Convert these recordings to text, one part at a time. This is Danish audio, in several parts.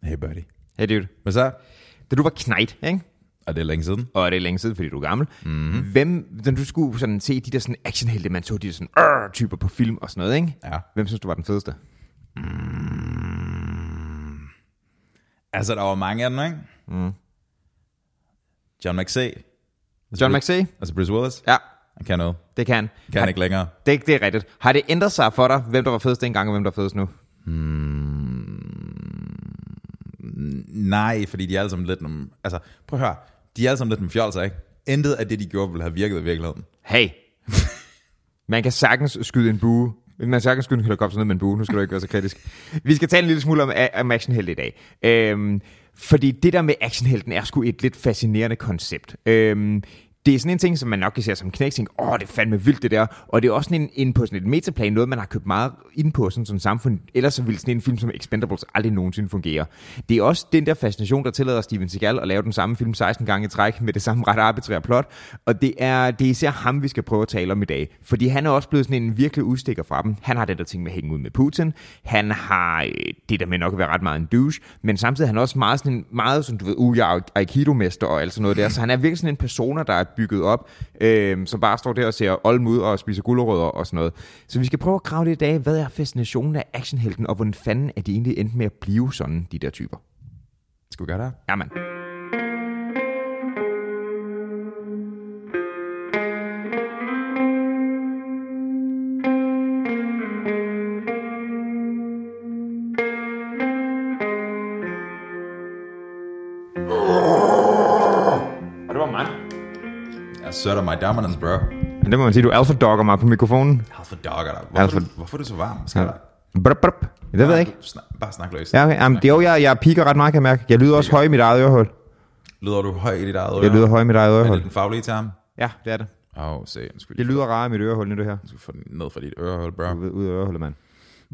Hey buddy. Hey dude. Hvad så? Da du var knejt, ikke? Og det er længe siden. Og det er længe siden, fordi du er gammel. Når du skulle sådan se de der sådan actionhelte, man så de der sådan typer på film og sådan noget, ikke? Ja. Hvem synes du var den fedeste? Altså, der var mange af dem, ikke? John McSay. John McSay? Altså Bruce Willis. Ja. Han kan noget. Det kan. Kan han ikke længere. Det er rigtigt. Har det ændret sig for dig, hvem der var fedest dengang, og hvem der er fedest nu? Nej, fordi de er alle sammen lidt nogle... Altså, prøv at høre. De er alle sammen lidt nogle fjolser, ikke? Intet af det, de gjorde, ville have virket i virkeligheden. Hey. Man kan sagtens skyde en bue. Man kan sagtens skyde en helikopter ned med en bue. Nu skal du ikke være så kritisk. Vi skal tale en lille smule om actionhelt i dag. Fordi det der med actionhelten er sgu et lidt fascinerende koncept. Det er sådan en ting, som man nok kan se som knæk, det er fandme vildt det der, og det er også sådan en på sådan et metaplan, noget man har købt meget ind på sådan samfund, ellers så vil sådan en film som Expendables aldrig nogensinde fungere. Det er også den der fascination, der tillader Steven Seagal at lave den samme film 16 gange i træk, med det samme ret arbitrære plot, og det er især ham, vi skal prøve at tale om i dag, fordi han er også blevet sådan en virkelig udstikker fra dem. Han har det der ting med at hænge ud med Putin, han har det der med nok at være ret meget en douche, men samtidig er han også meget sådan, du ved, jeg er aikido-mester og alt sådan noget der, så han er virkelig sådan en persona, der er bygget op, som bare står der og ser olm ud og spiser gulerødder og sådan noget. Så vi skal prøve at grave det i dag. Hvad er fascinationen af actionhelten, og hvordan fanden er de egentlig endt med at blive sådan, de der typer? Skal vi gøre det? Jamen. Asserter my dominance, bro. Det må man sige, du alpha-dogger mig på mikrofonen. Alpha-dogger dig. Hvorfor er du så varm? Skal der? Det ved jeg ikke. Bare snak løs. Ja, okay. Jeg piker ret meget, kan jeg mærke. Jeg lyder også høj i mit eget ørehul. Lyder du høj i dit eget ørehul? Jeg lyder høj i mit eget ørehul. Er det den faglige term? Ja, det er det. Se. Det lyder rart i mit ørehul, nu det her. Du skal få den ned fra dit ørehul, bro. Ud af ørehullet, mand.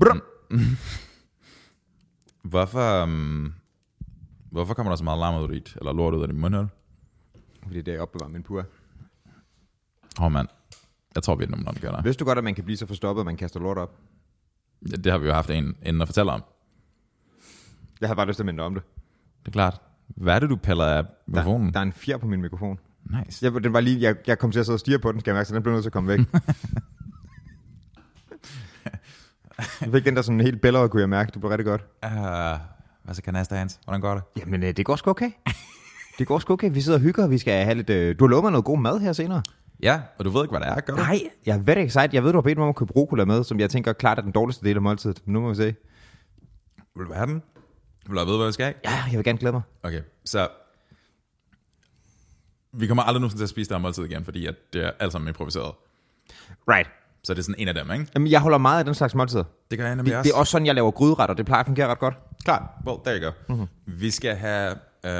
Hvorfor kommer der så meget larm ud af dit, eller lort ud af dit mundhul? Fordi det er opbevaret min pur. Mand. Jeg tror, vi er nogen, der gør det. Vidste du godt, at man kan blive så forstoppet, at man kaster lort op? Ja, det har vi jo haft en inden at fortælle om. Jeg havde bare lyst til at minde om det. Det er klart. Hvad er det, du piller af mikrofonen? Der er en fjer på min mikrofon. Nice. Den var lige, jeg kom til at sidde og stirre på den, skal jeg mærke, så den blev nødt til at komme væk. Jeg fik den der sådan helt bælger, kunne jeg mærke. Det blev rigtig godt. Hvad så kanasta, Hans? Hvordan går det? Jamen, det går sgu okay. Det går sgu okay. Vi sidder og hygger, og vi skal have lidt... Du har lovet mig noget god mad her senere. Ja, og du ved ikke, hvad det er, gør du? Nej, jeg er very excited. Jeg ved, du har bedt mig om at købe rucola med, som jeg tænker klart er den dårligste del af måltidet. Men nu må vi se. Vil du have den? Vil du vide, hvad vi skal have? Ja, jeg vil gerne glæde mig. Okay, så... Vi kommer aldrig nogensinde til at spise det her måltid igen, fordi at det er alt sammen improviseret. Right. Så det er sådan en af dem, ikke? Jamen, jeg holder meget af den slags måltider. Det gør jeg nemlig også. Det er også sådan, jeg laver gryderetter. Det plejer at fungere ret godt. Klart. Well, there you go. Vi skal have...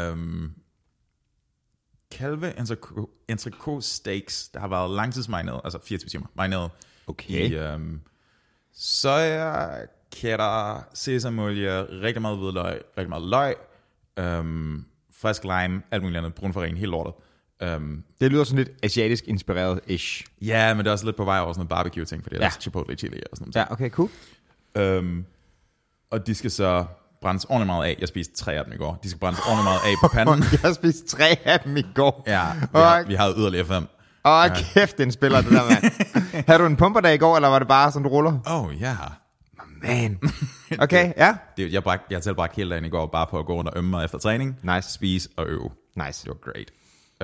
kalve entrecôte steaks, der har været langtidsmarineret, altså 24 timer marineret. Okay. I soja, cheddar, sesamolie, rigtig meget hvidløg, rigtig meget løg, frisk lime, alt muligt andet, brunfarin, helt lortet. Det lyder sådan lidt asiatisk inspireret-ish. Ja, men det er også lidt på vej over sådan noget barbecue-ting, fordi det er også chipotle chili og sådan noget. Ja, okay, cool. Og de skal så brændes ordentligt meget af. Jeg spiste 3 af dem i går. De skal brændes ordentligt meget af på panden. Jeg har spist 3 af dem i går. Ja, vi havde yderligere 5. Kæft, den spiller det der, mand. Havde du en pumperdag i går, eller var det bare sådan, du ruller? Ja. Man. Okay, ja. Jeg tilbragte hele dagen i går bare på at gå rundt og ømme mig efter træning. Nice. Spise og øve. Nice. Det var great.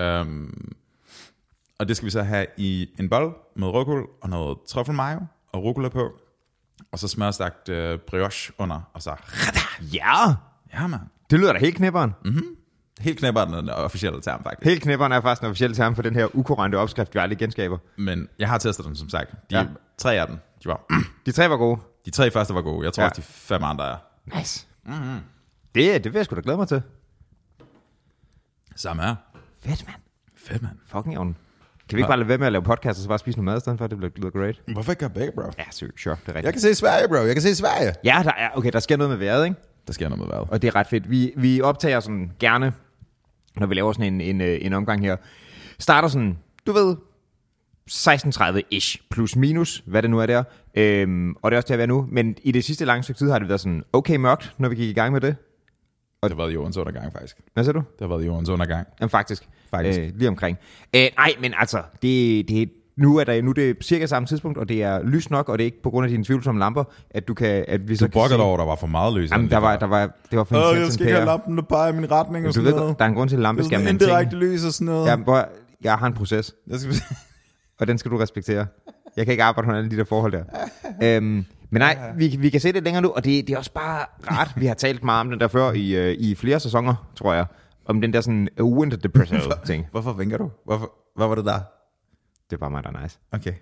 Og det skal vi så have i en bold med rødkål og noget trøffelmayo og rucola på. Og så smørstagt brioche under, og så... Ja! Ja, man. Det lyder da helt knipperen. Helt knipperen er den officielle term, faktisk. Helt knipperen er faktisk en officiel term for den her ukurante opskrift, vi aldrig genskaber. Men jeg har testet dem, som sagt. 3 af dem, de var... De 3 var gode. De 3 første var gode. Jeg tror også, de 5 andre er. Nice. Det vil jeg sgu da glæde mig til. Samme her. Fedt, mand. Fucking jævn. Kan vi ikke bare lade være med at lave podcast, og så bare spise noget mad i stedet for, det lyder great? Hvorfor ikke gøre begge, bro? Ja, sure, det er rigtigt. Jeg kan se Sverige, bro. Jeg kan se Sverige. Ja, der sker noget med vejret, ikke? Der sker noget med vejret. Og det er ret fedt. Vi optager sådan gerne, når vi laver sådan en omgang her. Starter sådan, du ved, 16:30-ish, plus minus, hvad det nu er der. Og det er også til at være nu. Men i det sidste lange stykke tid har det været sådan okay mørkt, når vi gik i gang med det. Det har været jordens undergang, faktisk. Hvad siger du? Det har været jordens undergang. Jamen faktisk. Faktisk. Lige omkring. Nej, men altså, nu er det cirka samme tidspunkt, og det er lys nok, og det er ikke på grund af dine tvivlsomme lamper, at du kan... At vi Du brokker dig over, der var for meget lys. Jamen, det var for en jeg skal ikke have lampen, der peger i min retning og sådan noget. Der er en grund til, at lampeskærmen er en indirekte lys og sådan noget. Jeg har en proces, og den skal du respektere. Jeg kan ikke arbejde med alle de der forhold der. Men nej, vi kan se det længere nu, og det er også bare rart. Vi har talt meget om den der før i flere sæsoner, tror jeg. Om den der sådan winter depression ting. Hvorfor vinker du? Hvad var det der? Det var mig, der er nice. Okay.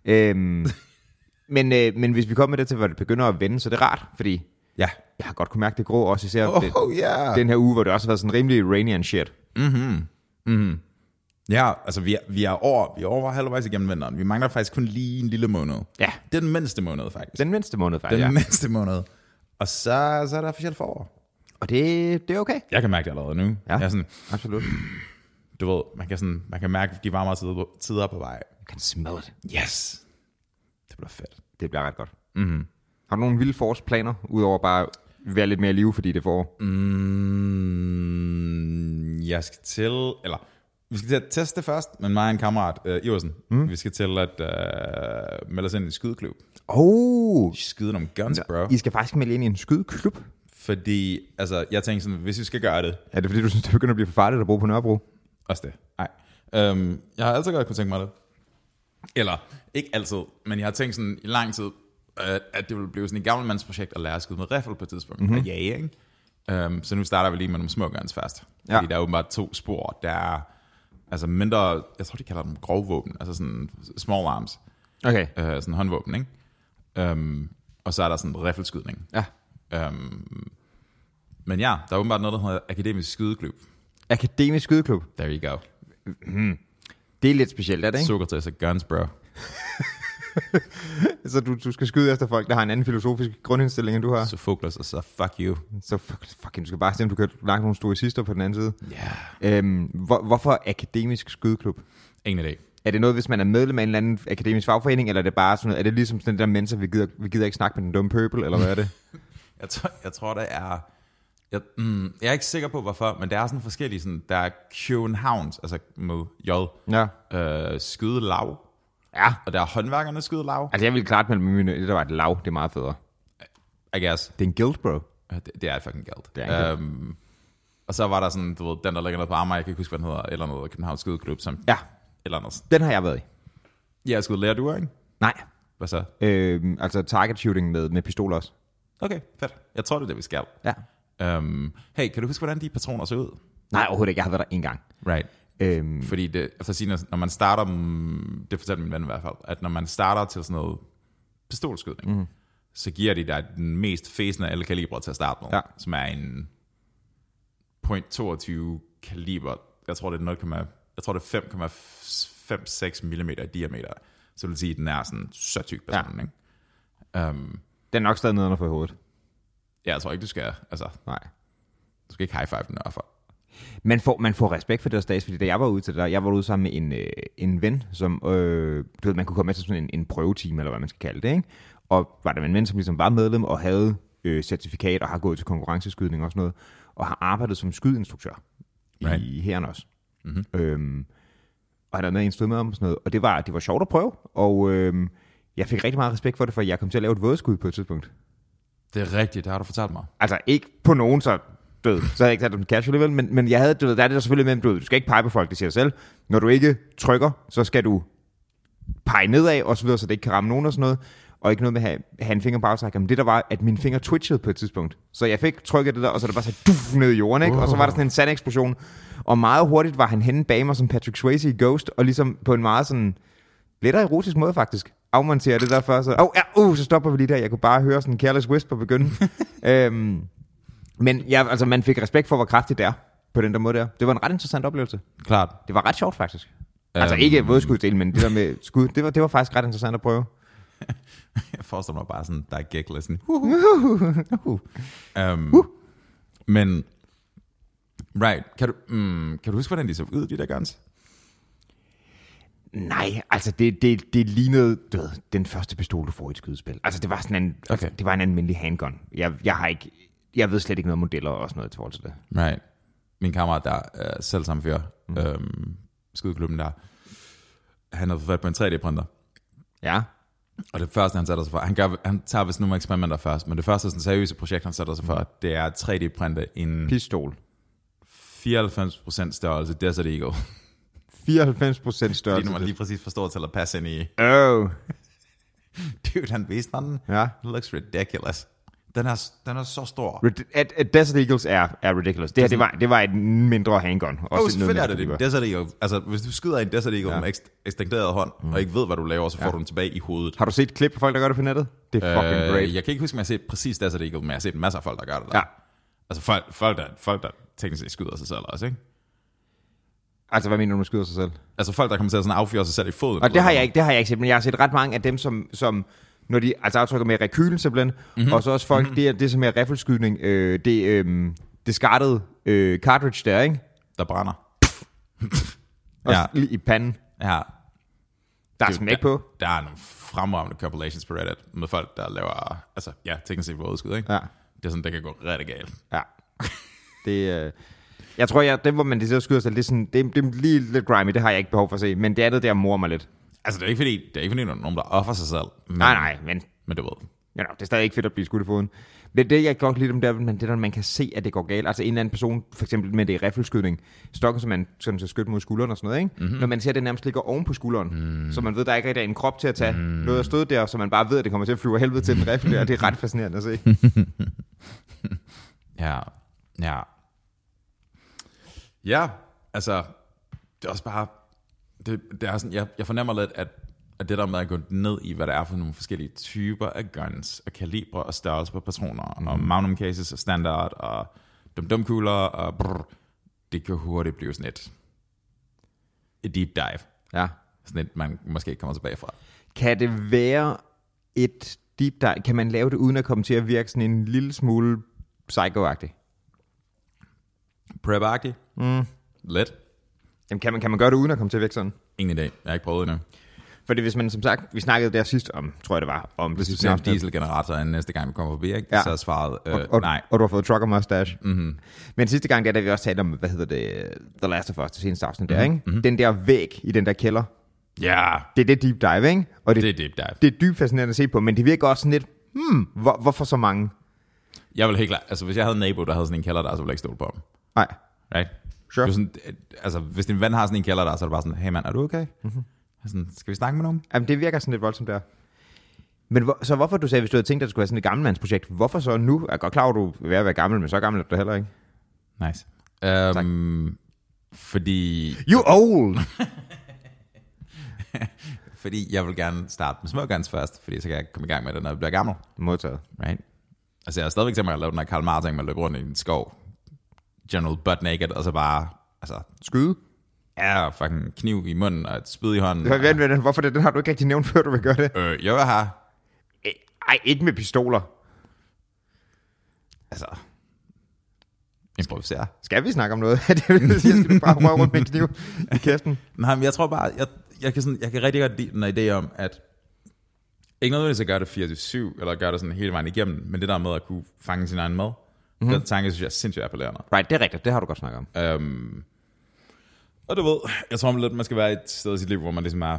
Men hvis vi kommer med det til, hvor det begynder at vende, så det er rart, fordi jeg har godt kunne mærke det grå, også især den her uge, hvor det også har været sådan rimelig rainy and shit. Ja, altså vi er over halvvejs igennem vinteren. Vi mangler faktisk kun lige en lille måned. Ja. Det er den mindste måned, faktisk. Den mindste måned, Og så er der officielt forår. Og det er okay. Jeg kan mærke det allerede nu. Ja, jeg er sådan, absolut. Du ved, man kan mærke de varmere tider på vej. You can smell it. Yes. Det bliver fedt. Det bliver ret godt. Har du nogle vilde forårsplaner, udover bare være lidt mere i live, fordi det får? Vi skal til at teste først, men mig og en kammerat, Iversen, vi skal til at melde os ind i skydeklub. Skyde nogle guns, bro. I skal faktisk melde ind i en skydeklub? Fordi, altså, jeg tænker sådan, hvis vi skal gøre det... Er det fordi, du synes, det begynder at blive for farligt at bo på Nørrebro? Også det. Nej. Jeg har altid godt kunne tænke mig det. Eller, ikke altid, men jeg har tænkt sådan i lang tid, at det ville blive sådan et gammelmandsprojekt at lære at skyde med riffel på et tidspunkt. Og ikke? Så nu starter vi lige med nogle små guns først. Fordi der er åbenbart 2 spor, der er altså mindre, jeg tror de kalder dem grovvåben, altså sådan small arms. Okay. Sådan håndvåben, ikke? Og så er der sådan riffelskydning. Ja. Men ja, der er åbenbart noget, der hedder Akademisk Skydeklub. Akademisk Skydeklub? There you go. Det er lidt specielt, er det ikke? Sokrates og guns, bro. Så du skal skyde efter folk, der har en anden filosofisk grundindstilling, end du har? Sofokles, og så fuck you. Så fucking, du skal bare se, om du kan lage nogle stoicister på den anden side. Ja. Yeah. Hvorfor Akademisk Skydeklub? Ingen idé. Er det noget, hvis man er medlem af en eller anden akademisk fagforening, eller er det bare sådan noget, er det ligesom sådan den der mennesker, vi gider ikke snakke med den dumme pøbel, eller hvad er det? jeg tror, det er... Jeg er ikke sikker på, hvorfor, men der er sådan forskellige, sådan, der er Københavns, altså med J, skydelav. Ja. Og der er håndværkernes skydelav. Altså jeg vil klart mellem det der var et lav, det er meget federe. I guess. Det er en guild, bro. Det er et fucking guild. Det er en guild. Og så var der sådan, du ved, den der ligger noget på Amager, jeg kan ikke huske, hvad den hedder, eller noget Københavns Skydeklub, som... Ja. Eller noget. Den har jeg været i. Ja, jeg skulle lære du, ikke? Nej. Hvad så? Altså target shooting med pistoler også. Okay, fedt. Jeg tror, det er det, vi skal. Ja. Hey, kan du huske, hvordan de patroner ser ud? Nej, overhovedet ikke. Jeg har været der en gang. Right. Fordi det, altså sige, når man starter, det fortæller min ven i hvert fald, at når man starter til sådan noget pistolskydning, så giver de dig den mest fæsende af alle kalibre til at starte med, som er en .22 kaliber. Jeg tror, det er 5,56 mm i diameter. Så det vil sige, at den er sådan så tyk person, ikke? Den er nok stadig nede for hovedet. Ja, jeg tror ikke, du skal, altså... Nej. Du skal ikke high-five den i hvert fald. Man får respekt for det der stats, fordi da jeg var ude til det der, jeg var ude sammen med en ven, som, du ved, man kunne komme med til sådan en prøvetime, eller hvad man skal kalde det, ikke? Og var der en ven, som ligesom var medlem og havde certifikat og har gået til konkurrenceskydning og sådan noget, og har arbejdet som skydinstruktør i hæren også. Og han havde med en stød med om og sådan noget, og det var sjovt at prøve, og jeg fik rigtig meget respekt for det, for jeg kom til at lave et vådeskud på et tidspunkt. Det er rigtigt, det har du fortalt mig. Altså ikke på nogen, så havde jeg ikke taget dem casual vel, men jeg havde, du ved, der er det der selvfølgelig med, du skal ikke pege på folk, det siger selv. Når du ikke trykker, så skal du pege nedad, og så videre, så det ikke kan ramme nogen og sådan noget. Og ikke noget med at have en finger på aftræk. Men det der var, at min finger twitchede på et tidspunkt. Så jeg fik trykket det der, og så det bare så ned i jorden, ikke? Og så var der sådan en sand eksplosion. Og meget hurtigt var han henne bag mig som Patrick Swayze i Ghost, og ligesom på en meget sådan lidt erotisk måde faktisk afmonterer det der før. Så stopper vi lige der. Jeg kunne bare høre sådan en careless whisper begynde. Men ja, altså man fik respekt for, hvor kraftigt det er på den der måde der. Det var en ret interessant oplevelse. Klart. Det var ret sjovt faktisk. Altså ikke vådeskudsdelen, men det der med skud, det var faktisk ret interessant at prøve. Jeg forestiller mig bare sådan, der er gækle sådan. Men, right, kan du huske, hvordan de så ud, de der guns? Nej, altså det lignede, du ved, den første pistol, du får i et skydespil. Altså det var sådan en, det var en almindelig handgun. Jeg har ikke jeg ved slet ikke noget om modeller og sådan noget i forhold til det. Right. Min kammerat der, selv samme fyr, skudeklubben der, han havde fået på en 3D-printer. Ja. Og det første, han sætter sig for, han tager vist nogle eksperimenter først, men det første sådan, seriøse projekt, han sætter sig for, det er at 3D-printe en pistol. 94% størrelse Desert Eagle. 94% størrelse. Fordi nu man lige præcis forstår til at passe ind i. Dude, han viste den. Ja. It looks ridiculous. Den er så stor. Desert Eagles er ridiculous. Det her, det var et mindre handgun. Selvfølgelig er det. Desert Eagle. Altså, hvis du skyder en Desert Eagle med ekstenderet hånd, og ikke ved, hvad du laver, så får du den tilbage i hovedet. Har du set et klip på folk, der gør det på nettet? Det er fucking great. Jeg kan ikke huske, om jeg har set præcis Desert Eagle, men jeg har set masser af folk, der gør det der. Ja. Altså folk, der teknisk set skyder sig selv også, ikke? Altså, hvad mener du med skyder sig selv? Altså folk, der kommer til at sådan affyre sig selv i foden. Og det har jeg ikke set, men jeg har set ret mange af dem, som når de altså aftrykker med rekylen simpelthen, og så også folk, det som er riffelskydning, det skartede cartridge der, ikke? Der brænder. Ja. Lige i panden. Ja. Der er smæk på. Der er nogle fremragende compilations på Reddit med folk, der laver, altså ja, teknisk set vådeskud, ikke? Ja. Det er sådan, det kan gå rigtig galt. Ja. Det jeg tror, det hvor man det skyder sig, det er lige lidt grimy, det har jeg ikke behov for at se, men det andet der morer mig lidt. Altså, det er ikke fordi, der er nogen, der offer sig selv. Nej, men du ved. Ja, det er stadig ikke fedt at blive skudt i foden. Det jeg godt lide om det, men det der, man kan se, at det går galt. Altså en eller anden person, for eksempel med det i riffelskydning, stokken, som man skal skyde mod skulderen og sådan noget, ikke? Når man ser, at det nærmest ligger oven på skulderen, så man ved, der ikke rigtig er en krop til at tage noget at støde der, så man bare ved, at det kommer til at flyve helvede til den riffel der, og det er ret fascinerende at se. Ja, altså, det er også bare, det er sådan, jeg fornemmer lidt, at det der med at gå ned i, hvad der er for nogle forskellige typer af guns, og kalibre og størrelse på patroner, og magnum cases og standard, og dum-dum-kugler, og det kan hurtigt blive sådan et deep dive. Ja. Sådan et, man måske ikke kommer tilbage fra. Kan det være et deep dive? Kan man lave det, uden at komme til at virke sådan en lille smule psycho-agtig? Prep-agtig? Let. Jamen, kan man gøre det, uden at komme til at virke sådan? Ingen idé. Jeg har ikke prøvet endnu. Fordi hvis man, som sagt, vi snakkede der sidst om, tror jeg det var, om hvis du ser en dieselgenerator næste gang vi kommer forbi, ikke? Ja. Så er svaret nej. Og du har fået trucker mustache. Men sidste gang, der vi også talt om, The Last of Us, det seneste afsnit der, ikke? Den der væg i den der kælder. Ja. Det er det deep dive, ikke? Og det er deep dive. Det er dybt fascinerende at se på, men det virker også sådan lidt, hvorfor så mange? Jeg vil helt klart, altså hvis jeg havde en nabo, der havde sådan en kælder der, så ville jeg ikke stole på ham. Nej. Right? Sure. Sådan, altså hvis din ven har sådan en kælder der, så er det bare sådan, hey mand, er du okay? Sådan, skal vi snakke med nogen? Jamen det virker sådan lidt voldsomt der. Men så hvorfor du sagde, hvis du havde tænkt, at det skulle være sådan et gammelmandsprojekt, hvorfor så nu? Jeg er godt klar, at du er ved at være gammel, men så gammel er du heller ikke. Nice. Fordi... You old! Fordi jeg vil gerne starte med små guns først, fordi så kan jeg komme i gang med det, når jeg bliver gammel. Modtaget. Right? Altså jeg har stadigvæk tænkt mig at lave den her Karl Martin, man løber rundt i en skov, general butt naked, og så bare, altså... Skyde? Ja, fucking kniv i munden og et spyd i hånden. Hvorfor det? Den har du ikke rigtig nævnt, før du vil gøre det. Jo, jeg har. Ej, ikke med pistoler. Altså... improvisere. Skal vi snakke om noget? Det vil sige, jeg skal bare røre rundt med en kniv i kæften. Nej, men jeg tror bare, jeg kan rigtig godt lide den idé om, at ikke nødvendigvis at gøre det 24/7, eller gøre det sådan hele vejen igennem, men det der med at kunne fange sin egen mad, den tanke, synes jeg er sindssygt appellerende. Right, det er rigtigt. Det har du godt snakket om. Og du ved, jeg tror lidt, man skal være et sted i sit liv, hvor man ligesom er...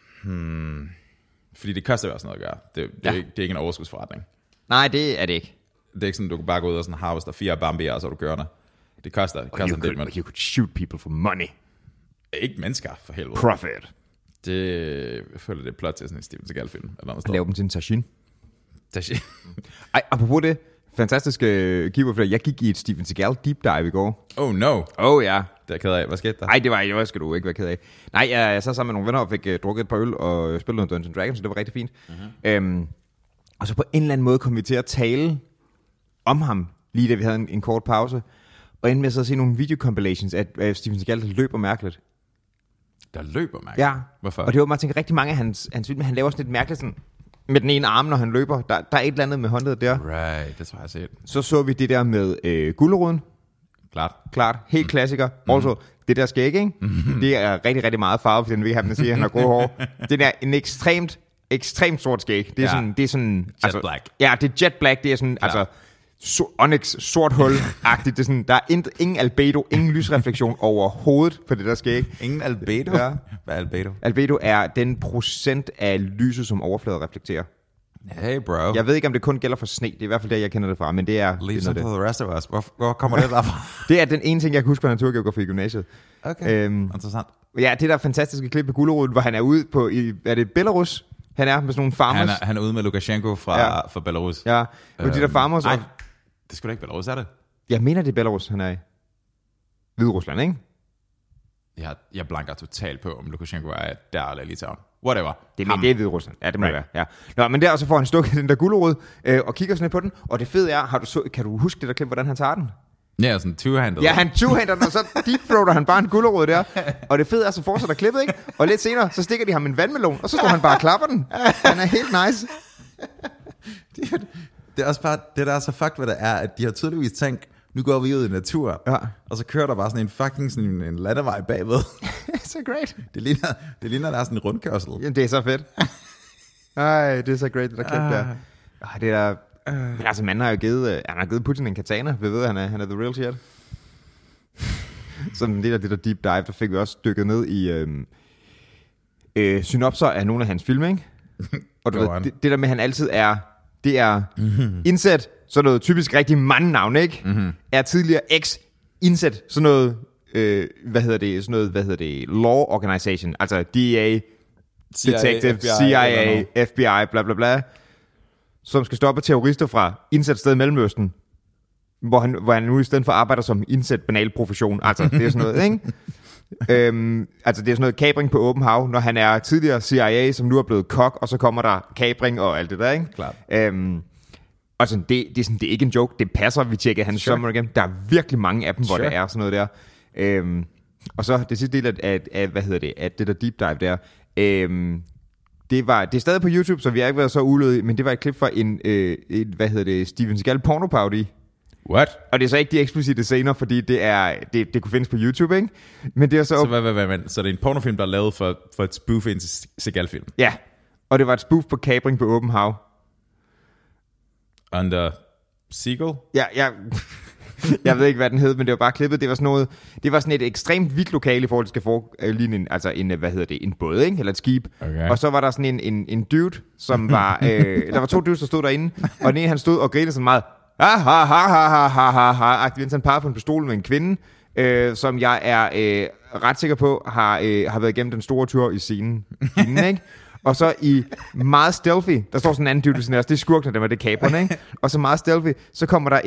fordi det koster jo også noget at gøre. Det er ikke en overskudsforretning. Nej, det er det ikke. Det er ikke sådan, du kan bare gå ud og sådan harvester 4 bambier, og så er du kørende. Det koster en del. You could shoot people for money. Ikke mennesker, for helvede. Profit. Jeg føler, det er plot til sådan en Steven Seagal-film. Lave dem til en Tashin. Ej, apropos det, fantastiske keeper, jeg gik i et Steven Seagal deep dive i går. Oh no. Oh ja. Det er ked af. Hvad skete der? Nej, det skal du ikke være ked af. Nej, jeg sad sammen med nogle venner og fik drukket et par øl og spillet noget Dungeons & Dragons, så det var rigtig fint. Og så på en eller anden måde kom vi til at tale om ham, lige da vi havde en kort pause, og endte med at se nogle videocompilations af Steven Seagal, der løber mærkeligt. Der løber mærkeligt? Ja. Hvorfor? Og det var, man tænker, rigtig mange af hans film, han laver sådan lidt mærkeligt sådan, med den ene arm, når han løber. Der er et eller andet med håndledet der. Right, det tror jeg set. Så vi det der med guleruden. Klart. Helt klassiker. Also, det der skæg, ikke? Det er rigtig, rigtig meget farve, fordi den vil have den at sige, at han har grå hår. Det er en ekstremt sort skæg. Det er sådan... Jet black. Ja, det er jet black. Det er sådan, altså... Onyx, sort hul-agtigt. Det er sådan, der er ingen albedo, ingen lysreflektion overhovedet på det der skæg. Ingen albedo? Ja. Hvad er albedo? Albedo er den procent af lyset, som overfladen reflekterer. Hey bro. Jeg ved ikke, om det kun gælder for sne. Det er i hvert fald der, jeg kender det fra, men det er... Leave det some for the rest of us. Hvor kommer det derfra? Det er den ene ting, jeg kan huske fra naturgeografi i gymnasiet. Okay, interessant. Ja, det der fantastiske klip med Gulerod, hvor han er ude på... Er det Belarus? Han er med sådan nogle farmers. Han er ude med Lukashenko fra Belarus. Ja, med de der farmers. Nej, det skulle da ikke Belarus, er det? Jeg mener, det er Belarus, han er i. Hviderusland, ikke? Jeg blanker totalt på, om Lukashenko er der eller Litauen. Whatever. Det er Hviderusland. Ja, det må det være. Ja. Nå, men der så får han stukket den der gulerod og kigger sådan lidt på den. Og det fede er, kan du huske det der klip, hvordan han tager den? Ja, sådan two-handed. Ja, han two-hander den, og så deepthroater han bare en gulerod der. Og det fede er, så fortsætter klippet, ikke? Og lidt senere, så stikker de ham en vandmelon, og så står han bare og klapper den. Han er helt nice. Det er også bare, det der er så fucked, hvad det er, at de har tydeligvis tænkt, nu går vi ud i naturen, og så kører der bare sådan en fucking sådan en landevej bagved. Så great. Det ligner, der er sådan en rundkørsel. Jamen, det er så fedt. Ej, det er så great, det der klip der. Det er men altså, manden har jo givet Putin en katana. Vi ved, han er the real shit. Sådan det der deep dive, der fik vi også dykket ned i synopser af nogle af hans film, ikke? Og du ved, det der med, han altid er, det er indsat, sådan noget typisk rigtig mandnavn, ikke? Mm-hmm. Er tidligere indsat, sådan noget, law organization, altså DEA, Detective, CIA, FBI, bla bla bla, som skal stoppe terrorister fra indsat sted i Mellemøsten, hvor han nu i stedet for arbejder som indsat banal profession. Altså, det er sådan noget, ikke? Altså, det er sådan noget kapring på åben hav, når han er tidligere CIA, som nu er blevet kok, og så kommer der kapring og alt det der, ikke? Klart. Og sådan, det er ikke en joke, det passer, vi tjekker hans sommer igen. Der er virkelig mange af dem, hvor der er sådan noget der. Og så det sidste del af det der deep dive der, det er stadig på YouTube, så vi har ikke været så ulødige, men det var et klip fra en Steven Seagal pornoparodi. What? Og det er så ikke de eksplicite scener, fordi det kunne findes på YouTube, ikke? Men det er så... Så det er en pornofilm, der er lavet for et spoof ind til Seagal-film? Ja, og det var et spoof på kapring på åben hav. Under Seagal? Ja, jeg ved ikke, hvad den hed, men det var bare klippet. Det var sådan et ekstremt hvidt lokale i forhold til, at skal ligne en båd, ikke? Eller et skib. Okay. Og så var der sådan en dude, som var... der var 2 dudes, der stod derinde, og den ene, han stod og grinede sådan meget... Mens han parrede på en pistol med en kvinde, som jeg er ret sikker på, har været igennem den store tur i scenen, ikke? Og så i meget stealthy, der står sådan en anden dude, det er skurkene, der var det kaperne, ikke? Og så meget stealthy, så kommer der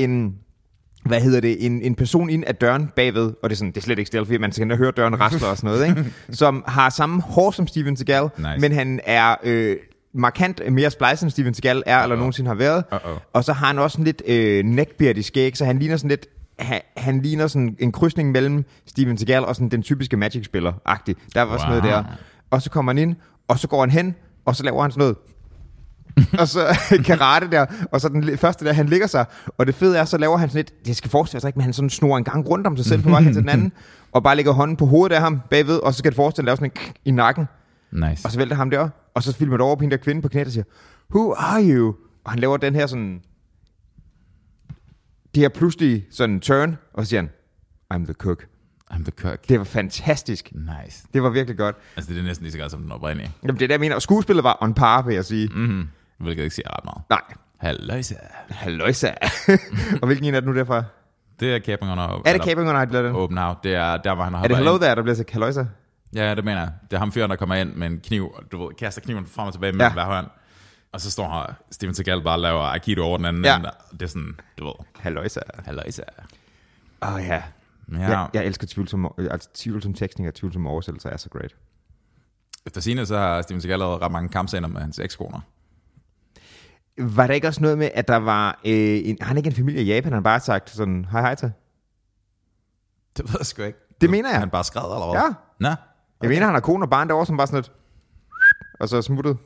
en person ind ad døren bagved, og det er slet ikke stealthy, man skal høre døren rasle og sådan noget, ikke? Som har samme hår som Steven Seagal, nice. Men han er markant mere splice end Steven Seagal er, eller nogensinde har været. Og så har han også sådan lidt neckbeard i skæg, så han ligner sådan lidt, han ligner sådan en krydsning mellem Steven Seagal og sådan den typiske Magic-spiller-agtig. Der var sådan noget der. Og så kommer han ind, og så går han hen, og så laver han sådan noget. Og så karate der, og så den første der, han ligger sig, og det fede er, så laver han sådan lidt, det skal forestille sig ikke, men han sådan snor en gang rundt om sig selv på vej hen til den anden, og bare lægger hånden på hovedet af ham bagved, og så skal det forestille at lave sådan en i nakken. Nice. Og så vælter ham der, og så filmer det over på hende der kvinde på knæet og siger, who are you? Og han laver den her sådan, det her pludselig sådan turn, og så siger han, I'm the cook. I'm the cook. Det var fantastisk. Nice. Det var virkelig godt. Altså det er næsten lige så godt som den oprindelige. Jamen det er det, jeg mener. Og skuespillet var on par, vil jeg sige. Mm-hmm. Hvilket ikke siger ret meget. Nej. Halløjsa. Og hvilken en er det nu derfra? Det er Caping on Er det Caping on Night, den? Open Out. Det er der, hvor han har... Er det Hello der bliver til halløjsa? Ja, det mener jeg. Det er ham fyren, der kommer ind med en kniv, du ved, kaster kniven frem og tilbage med hver hånd. Og så står her Steven Seagal bare og laver Aikido over den anden. Ja. Det er sådan, du ved... Halløjsa. Ja. Jeg elsker tvivlsom tekstning og tvivlsom oversættelser er så great. Efter sigende, så har Steven Seagal lavet ret mange kampscener med hans ekskoner. Var der ikke også noget med, at der var har han ikke en familie i Japan, han bare sagt sådan, hej til? Det ved jeg sgu ikke. Det mener jeg. Han bare skrevet eller hvad? Ja. Nå. Okay. Jeg mener, han har kone og barn derovre, som bare sådan lidt, og så smuttet.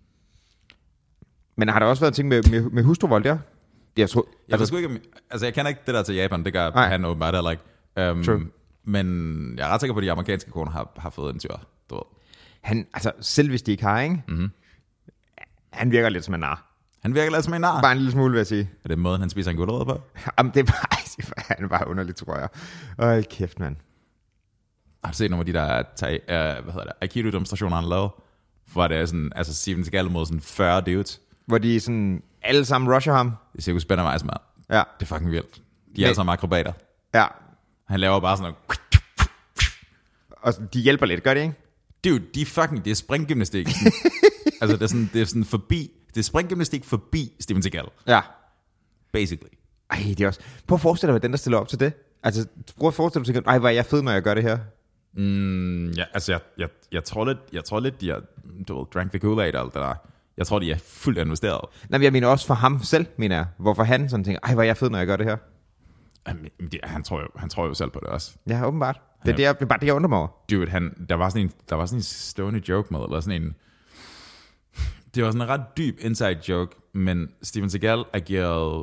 Men har der også været ting med hustruvold der? Jeg ved sgu ikke, altså jeg kender ikke det der til Japan, det gør han åbenbart heller ikke. Men jeg er ret sikker på, at de amerikanske koner har fået en tur, du ved. Han, altså selv hvis de ikke har, ikke? Mm-hmm. Han virker lidt som en nar. Han virker lidt som en nar. Bare en lille smule, vil jeg sige. Er det måden, han spiser en gulerod på? Jamen, det er bare, han er bare underligt, tror jeg. Hold kæft, mand. Har du set nogle af de der Aikido-demonstrationer, han lavede? Hvor det er sådan, altså Steven Seagal mod sådan 40 dudes. Hvor de sådan, alle sammen rusher ham. Det ser jo spændende vejs, mand. Ja. Det er fucking vildt. De er alle sammen akrobater. Ja. Han laver bare sådan noget. Og de hjælper lidt, gør de ikke? Dude, det er springgymnastik. Altså, det er sådan forbi, det er springgymnastik forbi Steven Seagal. Ja. Basically. Ej, det er også... Prøv at forestille dig, hvad den, der stiller op til det. Altså, prøv at forestille dig, hvor er jeg fed, når jeg gør det her. Ja, altså, jeg tror lidt, de har, drank the Kool-Aid og alt det der. Jeg tror, de er fuldt investeret. Nej, men jeg mener også for ham selv, mener jeg. Hvorfor han sådan tænker, hvor er jeg fed, når jeg gør det her. Han tror jo selv på det også. Ja, åbenbart. Det er bare det, jeg undrer mig over. Dude, der var sådan en stående joke med, eller sådan en... Det var sådan en ret dyb inside joke, men Steven Seagal agerede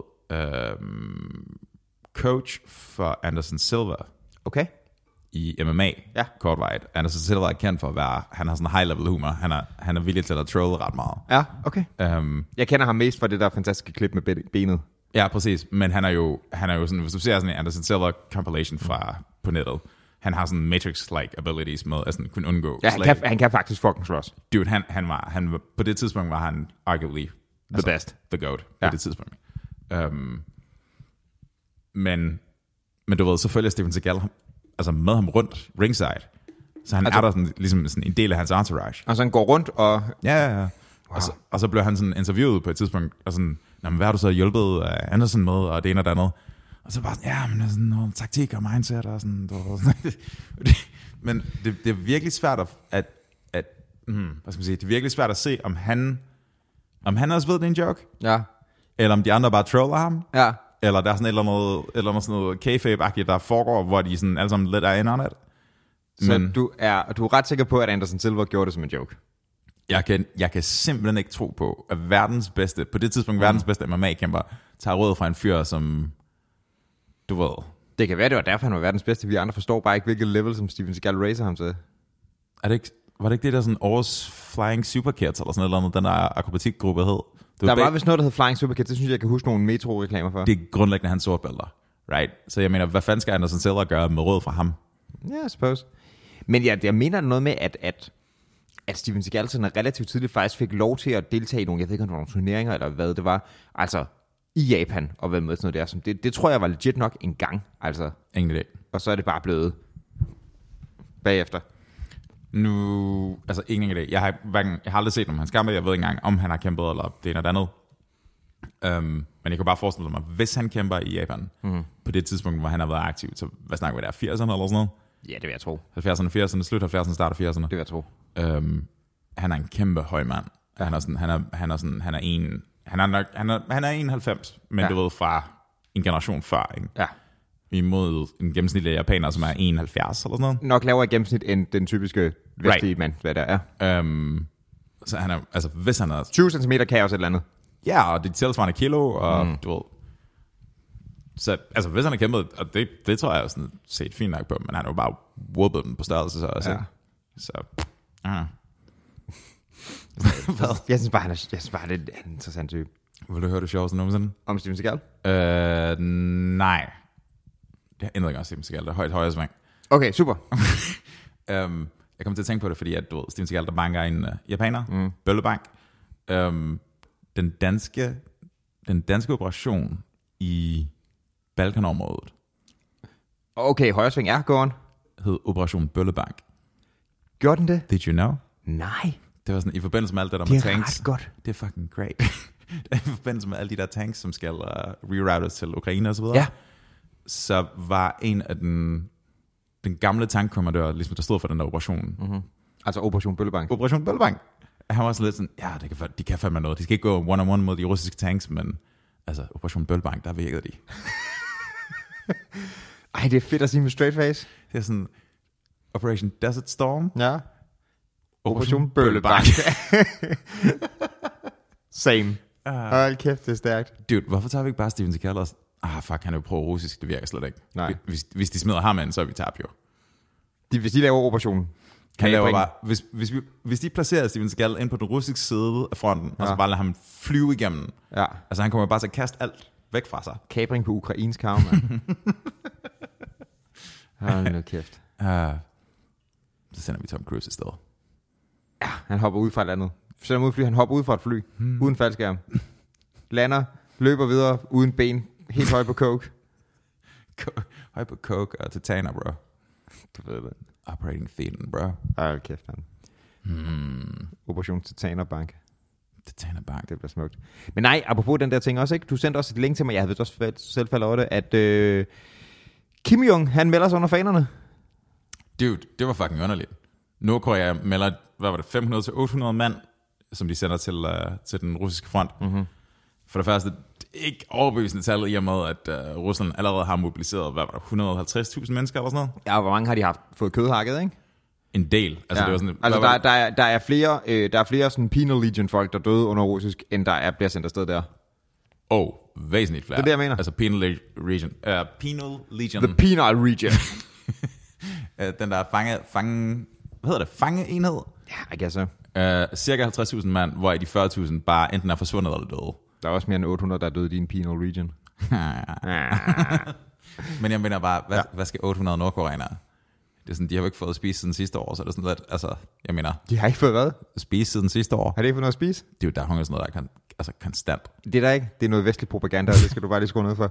coach for Anderson Silva. Okay. I MMA, ja. Kortvarigt. Anderson Silva er kendt for at være, han har sådan high level humor, han er villig til at trolle ret meget. Ja, okay. Jeg kender ham mest for det der fantastiske klip med benet. Ja, præcis, men han er jo sådan, hvis du ser sådan en Anderson Silva compilation på nettet, han har sådan Matrix-like abilities med at sådan kunne undgå. Ja, han kan faktisk fucking slås. Dude, han var, på det tidspunkt var han arguably the best. The GOAT på det tidspunkt. Men du ved, så følger Steven Seagal altså med ham rundt ringside. Så han er der sådan, ligesom sådan en del af hans entourage. Og så han går rundt og... Ja. Wow. Og så blev han sådan interviewet på et tidspunkt, og sådan, hvad har du så hjulpet Anderson med, og det ene og det andet. Og så bare sådan, ja, men det er sådan noget taktik og mindset, og sådan, men det er virkelig svært at hvad skal man sige, det er virkelig svært at se, om han også ved, det er en joke. Ja. Eller om de andre bare troller ham. Ja. Eller der er sådan et eller andet sådan noget kayfabe-agtigt, der foregår, hvor de sådan alle sammen lidt er in on it. Så du er ret sikker på, at Anderson Silva gjorde det som en joke? Jeg kan simpelthen ikke tro på, at verdens bedste MMA-kæmper tager råd fra en fyr, som du ved. Det kan være, det var derfor, han var verdens bedste. Vi andre forstår bare ikke, hvilket level, som Steven Seagal racer ham til. Var det ikke det der sådan Års Flying Superkids, eller sådan noget, den der akrobatikgruppe hed? Der var vist noget, der hed Flying Superkids. Det synes jeg kan huske nogle Metro-reklamer for. Det er grundlæggende hans sortbælter, right? Så jeg mener, hvad fanden skal Anderson Silva gøre med råd fra ham? Ja, I suppose. Men jeg mener noget med, at Steven Seagal sådan relativt tidligt faktisk fik lov til at deltage i nogle, jeg ved ikke om nogle turneringer eller hvad det var, altså i Japan og være med sådan noget der. Som det tror jeg var legit nok en gang, altså. Ingen idé. Og så er det bare blevet bagefter. Nu, altså ingen idé. Jeg har aldrig set ham hans kampe, jeg ved ikke engang, om han har kæmpet eller det ene eller andet. Men jeg kan bare forestille mig, hvis han kæmper i Japan, på det tidspunkt, hvor han har været aktiv, så hvad snakker vi der, 80'erne eller sådan noget? Ja, det vil jeg tro. 70'erne, 80'erne, slut 70'erne, start 80'erne. Det vil jeg tro. Han er en kæmpe høj mand. Ja. Han er 91, men ja. Du ved, fra en generation før, ikke? Ja. Imod en gennemsnitlig japaner, som er 71 eller sådan noget. Nok lavere i gennemsnit end den typiske vestlige mand, hvad der er. Så han er, altså hvis han er... 20 cm kan også et eller andet. Ja, og det tilsvarende kilo, og du ved... Så altså, hvis han har kæmpet, og det tror jeg jo sådan set fint nok på, men han har jo bare whoopet den på størrelse, så også. Ja. Så, jeg synes bare, han er en interessant type. Vil du høre det sjoveste nogensinde? Om Steven Seagal? Nej. Det ændrer ikke også Steven Seagal, det er højere sving. Okay, super. Jeg kommer til at tænke på det, fordi at, du ved, Steven Seagal, der banker en japaner, bøllebank. Den danske operation i Balkanområdet. Okay, højre sving er gået. Hed Operation Bøllebank. Gjorde den det? Did you know? Nej. Det var sådan i forbindelse med alt det der med tanks. Det er ret godt. Det er fucking great. Det er i forbindelse med alle de der tanks, som skal reroutes til Ukraine og så videre. Ja. Så var en af den gamle tankkommandør, ligesom der stod for den der operation. Mm-hmm. Altså Operation Bøllebank. Operation Bøllebank. Han var så lidt sådan, ja, de kan fandme noget. De skal ikke gå one-on-one mod de russiske tanks, men altså Operation Bøllebank, der virkede de. Ej, det er fedt at sige med straight face. Det er sådan, Operation Desert Storm. Ja. Operation Bøllebank. Same. Hold kæft, det er stærkt. Dude, hvorfor tager vi ikke bare Steven Seagal og... fuck, han er jo pro-russisk, det virker slet ikke. Nej. Hvis de smider ham ind, så er vi tabt jo. Hvis de laver operationen. Han laver bare, hvis de placerer Steven Seagal ind på den russiske side af fronten, og så bare lader ham flyve igennem. Ja. Altså han kommer bare til at kaste alt væk fra sig. Kapring på ukrainsk hav, mand. Hold nu kæft. Så sender vi Tom Cruise i stedet. Ja, han hopper ud fra et andet. Selvom ud fly, han hopper ud fra et fly. Uden faldskærm. Lander, løber videre, uden ben. Helt høj på coke. Høj på coke og titaner, bro. Du ved det. Operating Theater, bro. Ej, kæft, han. Operation Titanerbank. Titanerbank. Det bliver smukt. Men nej, apropos den der ting også, ikke? Du sendte også et link til mig, jeg havde også selv faldet over det, at Kim Jong, han melder sig under fanerne. Dude, det var fucking underligt. Nordkorea melder, hvad var det, 500 til 800 mand, som de sender til den russiske front. Mm-hmm. For det første, ikke overbevisende tallet i og med, at Rusland allerede har mobiliseret, hvad var det, 150.000 mennesker eller sådan noget? Ja, hvor mange har de fået kødhakket, ikke? En del. Altså, det var sådan, altså der er flere sådan Penal Legion folk, der døde under russisk, end der bliver sendt afsted der. Væsentligt flere. Det er det, jeg mener. Altså Penal Legion. Penal Legion. The Penal Region. Den der hvad hedder det? Fangeenhed? Ja, I guess so. Cirka 50.000 mand, hvor i de 40.000 bare enten er forsvundet eller døde. Der er også mere end 800, der er døde i din Penal Region. Men jeg mener bare, hvad skal 800 nordkoreanere? Det er sådan, de har jo ikke fået at spise siden sidste år, så det er sådan lidt, altså, jeg mener... De har ikke fået hvad? Spise siden sidste år. Har de ikke fået noget at spise? Det er jo der hungersnød, der er konstant. Det er der ikke. Det er noget vestlig propaganda, og det skal du bare lige skrue ned for.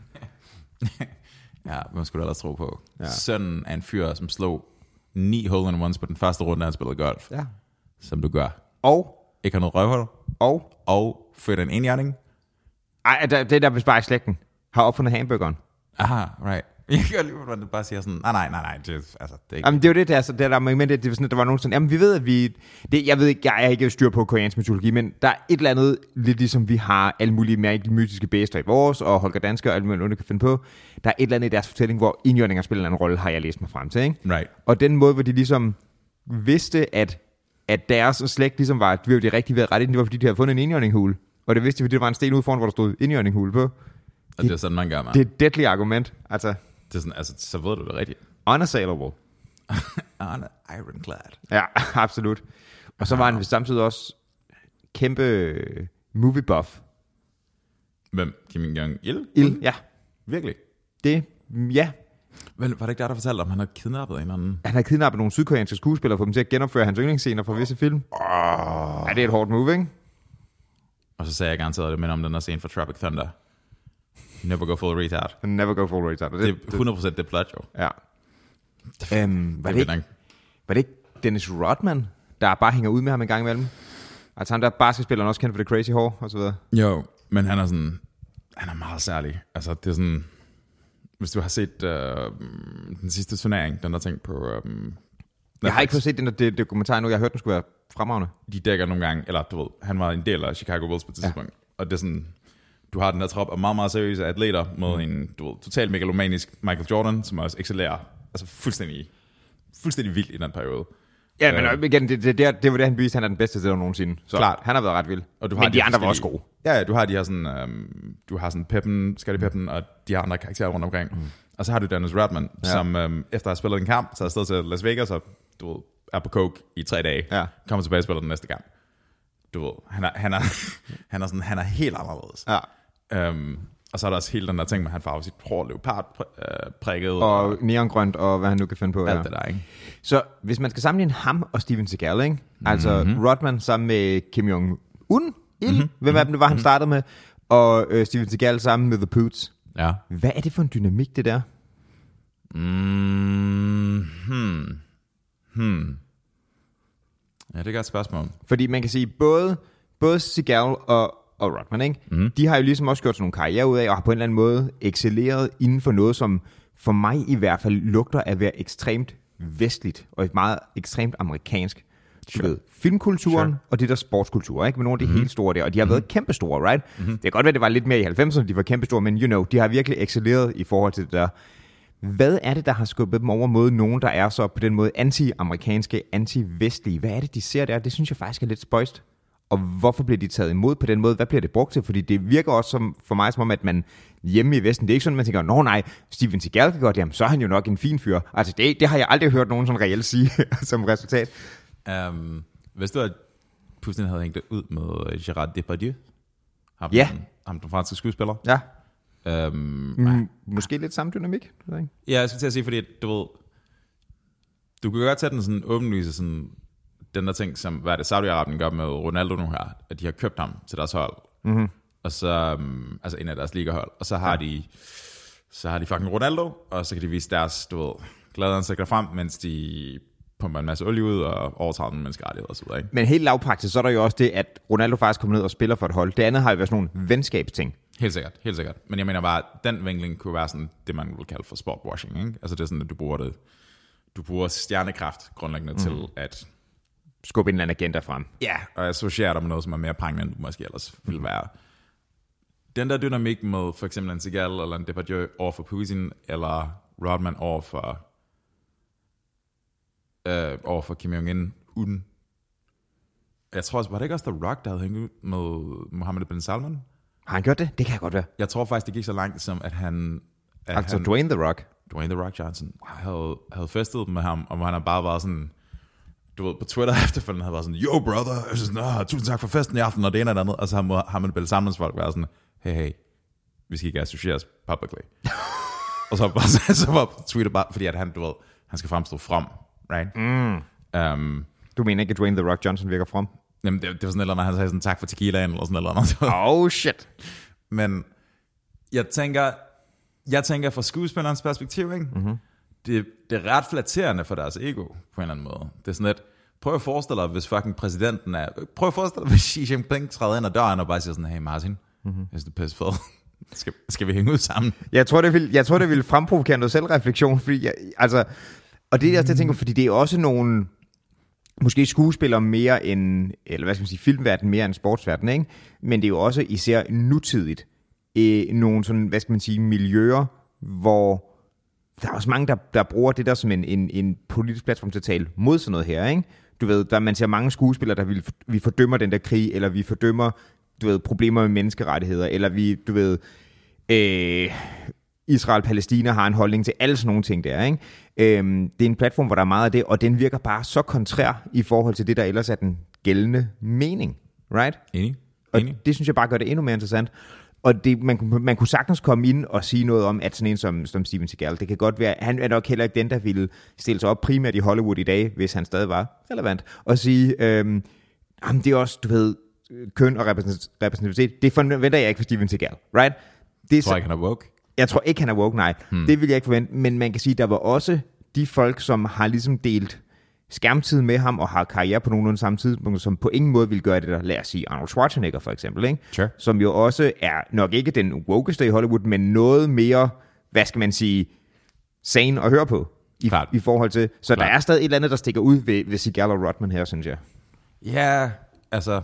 Ja, man skulle ellers tro på. Ja. Sønnen af en fyr, som slog 9 hole-in-ones på den første runde, han spillede golf. Ja. Som du gør. Og? Ikke har noget røvhul. Og fødte en enhjørning. Ej, det der bare i slægten. Har opfundet hamburgeren. Aha, right. Jeg kan godt lide, hvordan du bare siger sådan, nej, det er ikke... Jamen, det er jo det, der argument, det var sådan, der var nogen sådan, jamen, vi ved, at jeg ved ikke, jeg er ikke styr på koreansk mytologi, men der er et eller andet, lidt ligesom vi har alle mulige mere mytiske bæster i vores, og Holger Danske og alle mulige, kan finde på. Der er et eller andet i deres fortælling, hvor indjørninger spiller en rolle, har jeg læst mig frem til, ikke? Right. Og den måde, hvor de ligesom vidste, at deres slægt ligesom var, at vi var de rigtige ved at rette ind, det var, fordi de havde fundet en indjørninghule. Og det vidste de, fordi der var en sten ude foran, hvor der stod indjørninghule på. Og det er sådan, man gør, man. Det er et deadly argument, altså. Det er sådan, altså, så ved du det rigtigt. Unassailable. Ironclad. Ja, absolut. Og så var han samtidig også kæmpe movie buff. Hvem? Kim Jong-il? Ja. Virkelig? Det, ja. Vel, var det ikke der fortalte om, han havde kidnappet en eller anden? Han havde kidnappet nogle sydkoreanske skuespillere for dem til at genopføre hans yndlingsscener fra visse film. Ja, det er et hårdt move, ikke? Og så sagde jeg garanteret det, men om den der scene fra Tropic Thunder. Never go full retard. Never go full retard. Det er 100% det plot, jo. Ja. Var det ikke Dennis Rodman, der bare hænger ud med ham en gang imellem? Altså han der basketspilleren også kendt for det crazy hår og så videre. Jo, men han er meget særlig. Altså det er sådan, hvis du har set den sidste turnering, den der ting på jeg har ikke fået set den der dokumentar nu, jeg har hørt den skulle være fremragende. De dækker nogle gange, eller du ved, han var en del af Chicago Bulls på et tidspunkt, og det er sådan, du har den der trop af meget, meget seriøse atleter med en, du ved, total megalomanisk Michael Jordan, som også excellerer, altså fuldstændig vild i den periode. Ja, men igen, det var det, han viste, han er den bedste til nogensinde. Så klart, han har været ret vild. Og du har men de andre var også gode. Ja, du har de her sådan, du har sådan Peppen, Scottie Pippen, og de har andre karakterer rundt omkring. Mm. Og så har du Dennis Rodman, som efter at have spillet en kamp, tager afsted til Las Vegas, og du ved, er på coke i 3 dage, kommer tilbage og spiller den næste kamp. Du ved, han er helt anderledes. Ja. Og så er der også hele den der ting med, at han farver sit hår leopardprikket. Og neongrønt, og hvad han nu kan finde på. Alt det der, ikke? Så hvis man skal sammenligne ham og Steven Seagal, ikke? Altså Rodman sammen med Kim Jong-un, hvem af dem det var, han startede med, og Steven Seagal sammen med The Poots. Ja. Hvad er det for en dynamik, det der? Ja, det er et godt spørgsmål. Fordi man kan sige, både Seagal og Rodman, ikke? De har jo ligesom også gjort sådan nogle karriere ud af, og har på en eller anden måde excelleret inden for noget, som for mig i hvert fald lugter af at være ekstremt vestligt, og et meget ekstremt amerikansk. Sure. Ved, filmkulturen og det der sportskultur, ikke? Med nogle af de helt store der, og de har været kæmpestore, right? Det kan godt være, det var lidt mere i 90'erne, de var kæmpestore, men de har virkelig excelleret i forhold til det der. Hvad er det, der har skubbet dem over mod nogen, der er så på den måde anti-amerikanske, anti-vestlige? Hvad er det, de ser der? Det synes jeg faktisk er lidt spøjst. Og hvorfor bliver de taget imod på den måde? Hvad bliver det brugt til? Fordi det virker også for mig som om, at man hjemme i Vesten, det er ikke sådan, at man tænker, nå nej, Steven Seagal kan godt, jamen så er han jo nok en fin fyr. Altså det har jeg aldrig hørt nogen sådan reelt sige som resultat. Hvis du at Putin havde hængt det ud med Gérard Depardieu? Ham den franske skuespiller? Ja. Måske lidt samme dynamik? Ja, jeg skulle til at sige, fordi du ved, du kan godt tage den sådan åbenlyse sådan, den der ting, som hvad det Saudi-Arabien gør med Ronaldo nu her, at de har købt ham til deres hold, og så, altså en af deres ligahold, og så har de fucking Ronaldo, og så kan de vise deres, du ved, glade ansigter frem, mens de pumper en masse olie ud og overtager den menneskerettigheder og så videre, ikke? Men helt lavpraktisk, så er der jo også det, at Ronaldo faktisk kommer ned og spiller for et hold. Det andet har jo været sådan nogle venskabsting. Helt sikkert. Men jeg mener bare, at den vinkling kunne være sådan det, man vil kalde for sportwashing, ikke? Altså det er sådan, at du bruger stjernekraft grundlæggende til at skubbe en eller anden agenda frem. Ja, og associere dig med noget, som er mere prangende, end du måske ellers ville være. Den der dynamik med for eksempel en Seagal eller en Depardieu over for Putin, eller Rodman over for Kim Jong-un. Jeg tror også, var det ikke også The Rock, der havde hængt ud med Mohammed bin Salman? Har han gjort det? Det kan jeg godt være. Jeg tror faktisk, det gik så langt som, at han... Dwayne The Rock Johnson havde festet med ham, og han har bare været sådan... Du ved, på Twitter efterfølgende havde været sådan, yo brother, tusind tak for festen i aften, og det ene og det andet. Og så har man Bin Salmans folk været sådan, hey, vi skal ikke associeres publicly. Og så var Twitter bare, fordi at han, du ved, han skal fremstå frem, right? Du mener ikke, at Dwayne The Rock Johnson virker frem? Jamen, det var sådan et eller andet, han sagde sådan, tak for tequilaen, eller sådan et eller andet. Oh shit. Men jeg tænker fra skuespillerens perspektiv, ikke? Det er ret flatterende for deres ego, på en eller anden måde. Det er sådan lidt, prøv at forestille dig, hvis fucking præsidenten er... Prøv at forestille dig, hvis Xi Jinping træder ind ad døren og bare siger sådan, hey Martin, jeg synes det er pisse fedt. Skal vi hænge ud sammen? Jeg tror, det ville fremprovokere noget selvreflektion, fordi og det er også det, jeg tænker, fordi det er også nogle... Måske skuespillere mere end... Eller hvad skal man sige, filmverden mere end sportsverden, ikke? Men det er jo også især nutidigt nogle sådan, hvad skal man sige, miljøer, hvor... Der er også mange, der bruger det der som en politisk platform til at tale mod sådan noget her, ikke? Du ved, der man ser mange skuespillere, der vi fordømmer den der krig, eller vi fordømmer, du ved, problemer med menneskerettigheder, eller vi, du ved, Israel-Palæstina har en holdning til alle sådan nogle ting der, ikke? Det er en platform, hvor der er meget af det, og den virker bare så kontrær i forhold til det, der ellers er den gældende mening, right? Enig. Og det synes jeg bare gør det endnu mere interessant. Og det, man kunne sagtens komme ind og sige noget om, at sådan en som Steven Seagal, det kan godt være, han er nok heller ikke den, der ville stille sig op primært i Hollywood i dag, hvis han stadig var relevant, og sige, det er også, du ved, køn og repræsentativitet, det forventer jeg ikke for Steven Seagal, right? Det tror jeg ikke, han er woke. Jeg tror ikke, han er woke, nej. Det vil jeg ikke forvente, men man kan sige, der var også de folk, som har ligesom delt skærmtid med ham og har karriere på nogenlunde samme tidspunkt, som på ingen måde vil gøre det der, lad os sige Arnold Schwarzenegger for eksempel, ikke? Sure. Som jo også er nok ikke den wokeste i Hollywood, men noget mere, hvad skal man sige, sane at høre på i forhold til. Så der er stadig et eller andet, der stikker ud ved Seagal og Rodman her, synes jeg. Ja, altså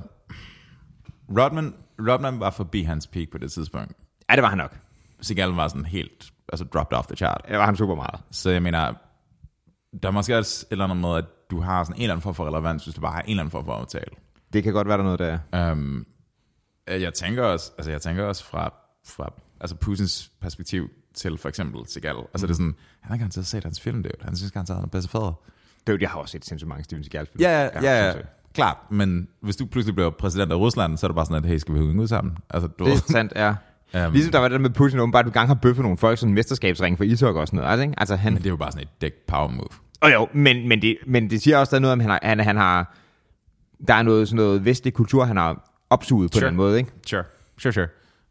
Rodman var forbi hans peak på det tidspunkt. Ja, det var han nok. Seagal var sådan helt, dropped off the chart. Det var han super meget. Så jeg mener, der er måske også et eller andet med, at du har sådan en eller anden form for relevans, hvis du bare har en eller anden form for omtale. Det kan godt være, der noget der. Jeg tænker også fra Putins perspektiv til for eksempel Seagal. Altså det er sådan, han har garanteret set hans film, det. Han synes garanteret, han er bedste fader. Jeg har også set sindssygt mange Steven Seagal-film. Ja, klart. Men hvis du pludselig bliver præsident af Rusland, så er det bare sådan, at hey, skal vi hænge ud sammen? Altså, det er sandt, ja. Ligesom der var det der med Putin, åbenbart, du gang har bøffet nogle folk, sådan en mesterskabsring for ishockey og sådan noget. Ikke? Altså, men det er jo bare sådan et dick power move. Jo, men det siger også, der er noget om, han har der er noget, sådan noget vestlig kultur, han har opsuget på den måde, ikke? Sure.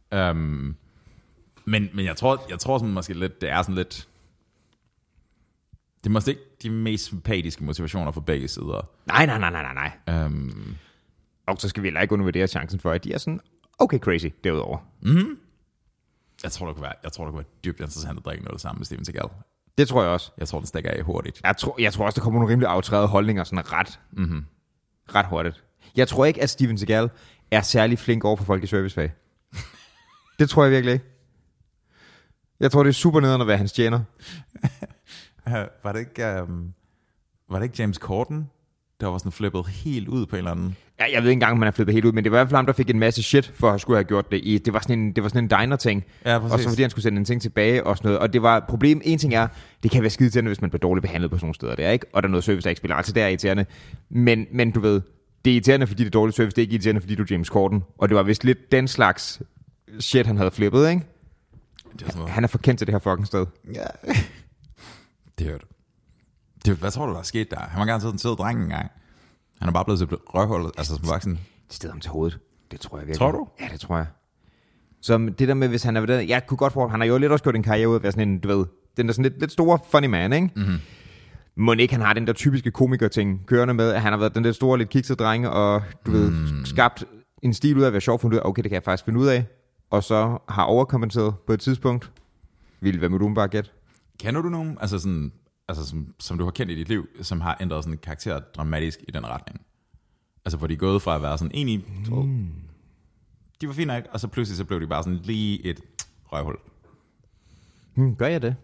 Men jeg tror sådan måske lidt, det er sådan lidt, det er måske ikke de mest sympatiske motivationer for begge sider. Nej. Og så skal vi heller ikke undervurdere chancen for, at de er sådan okay crazy derudover. Jeg tror, det kunne være dybt interessant at drikke noget sammen med Steven Seagal. Det tror jeg også. Jeg tror, det stikker af hurtigt. Jeg tror også, der kommer nogle rimelig aftrædede holdninger sådan ret hurtigt. Jeg tror ikke, at Steven Seagal er særlig flink over for folk i servicefag. Det tror jeg virkelig ikke. Jeg tror, det er super nederen at være hans tjener. Var det ikke James Corden, der var sådan flippet helt ud på en eller anden. Ja, jeg ved ikke engang, om man er flippet helt ud, men det var i hvert fald ham, der fik en masse shit for at skulle have gjort det. Det var sådan en diner-ting, Ja, og så fordi han skulle sende en ting tilbage og sådan noget. Og det var problem. En ting er, det kan være skideirriterende, hvis man bliver dårligt behandlet på sådan nogle steder der, ikke? Og der er noget service, der ikke spiller. Altså, det er irriterende. Men du ved, det er irriterende, fordi det er dårligt service. Det er ikke irriterende, fordi du er James Corden. Og det var vist lidt den slags shit, han havde flippet, ikke? Han er forkendt til det her fucking sted. Ja. Det hørte. Hvad tror du, der er sket der? Han var garanteret en sød dreng engang. Han er bare blevet til røvhullet, altså som voksen. Det steder ham til hovedet. Det tror jeg virkelig. Tror du? Ja, det tror jeg. Som det der med, hvis han er ved det, jeg kunne godt få, han har jo lidt også gjort en karriere ud af at være sådan en, du ved, den der sådan lidt store funny man, ikke? Mm-hmm. Må ikke han har den der typiske komiker-ting kørende med, at han har været den der store, lidt kiksede drenge, og du ved, skabt en stil ud af at være sjov, fundet ud af, okay, det kan jeg faktisk finde ud af, og så har overkompenseret på et tidspunkt. Vil være med du bare gæt? Kender du nogen, altså sådan, som du har kendt i dit liv, som har ændret sådan en karakter dramatisk i den retning? Altså hvor de er gået fra at være sådan egentlig, de var fine, ikke? Og så pludselig så blev de bare sådan lige et røvhul. Gør jeg det?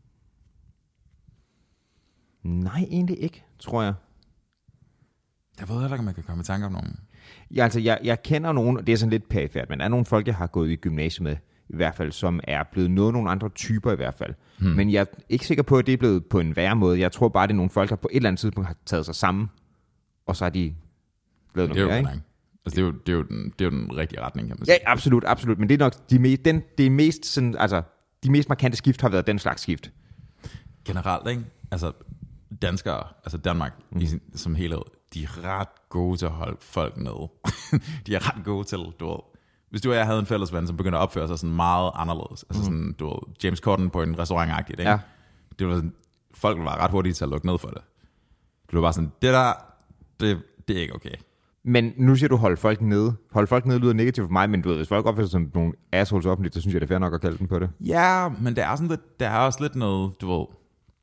Nej, egentlig ikke, tror jeg. Jeg ved heller ikke, om man kan komme i tanke om nogen. Ja, altså, jeg kender nogen, og det er sådan lidt perifært, men der er nogle folk, jeg har gået i gymnasiet med, i hvert fald, som er blevet nogle andre typer i hvert fald. Men jeg er ikke sikker på, at det er blevet på en værre måde. Jeg tror bare, det er nogle folk, der på et eller andet tidspunkt har taget sig sammen, og så har de lavet noget mere, ikke? Altså, det er jo den rigtige retning, kan man sige. Ja, absolut. Men det er nok de mest sådan, altså, de mest markante skift har været den slags skift. Generelt, ikke? Altså, danskere, altså Danmark som helhed, de er ret gode til at holde folk nede. De er ret gode til, du ved, hvis du og jeg havde en fælles ven, som begynder at opføre sig sådan meget anderledes, altså sådan, du ved, James Corden på en restaurant-agtigt, ikke? Ja. Det var sådan, folk var ret hurtige til at lukke ned for det. Det var bare sådan, det er ikke okay. Men nu siger du, holde folk nede. Holde folk nede lyder negativt for mig, men du ved, hvis folk opfører sig som nogle assholes offentligt, så synes jeg, det er fair nok at kalde den på det. Ja, men der er sådan lidt, der er også lidt noget, du ved,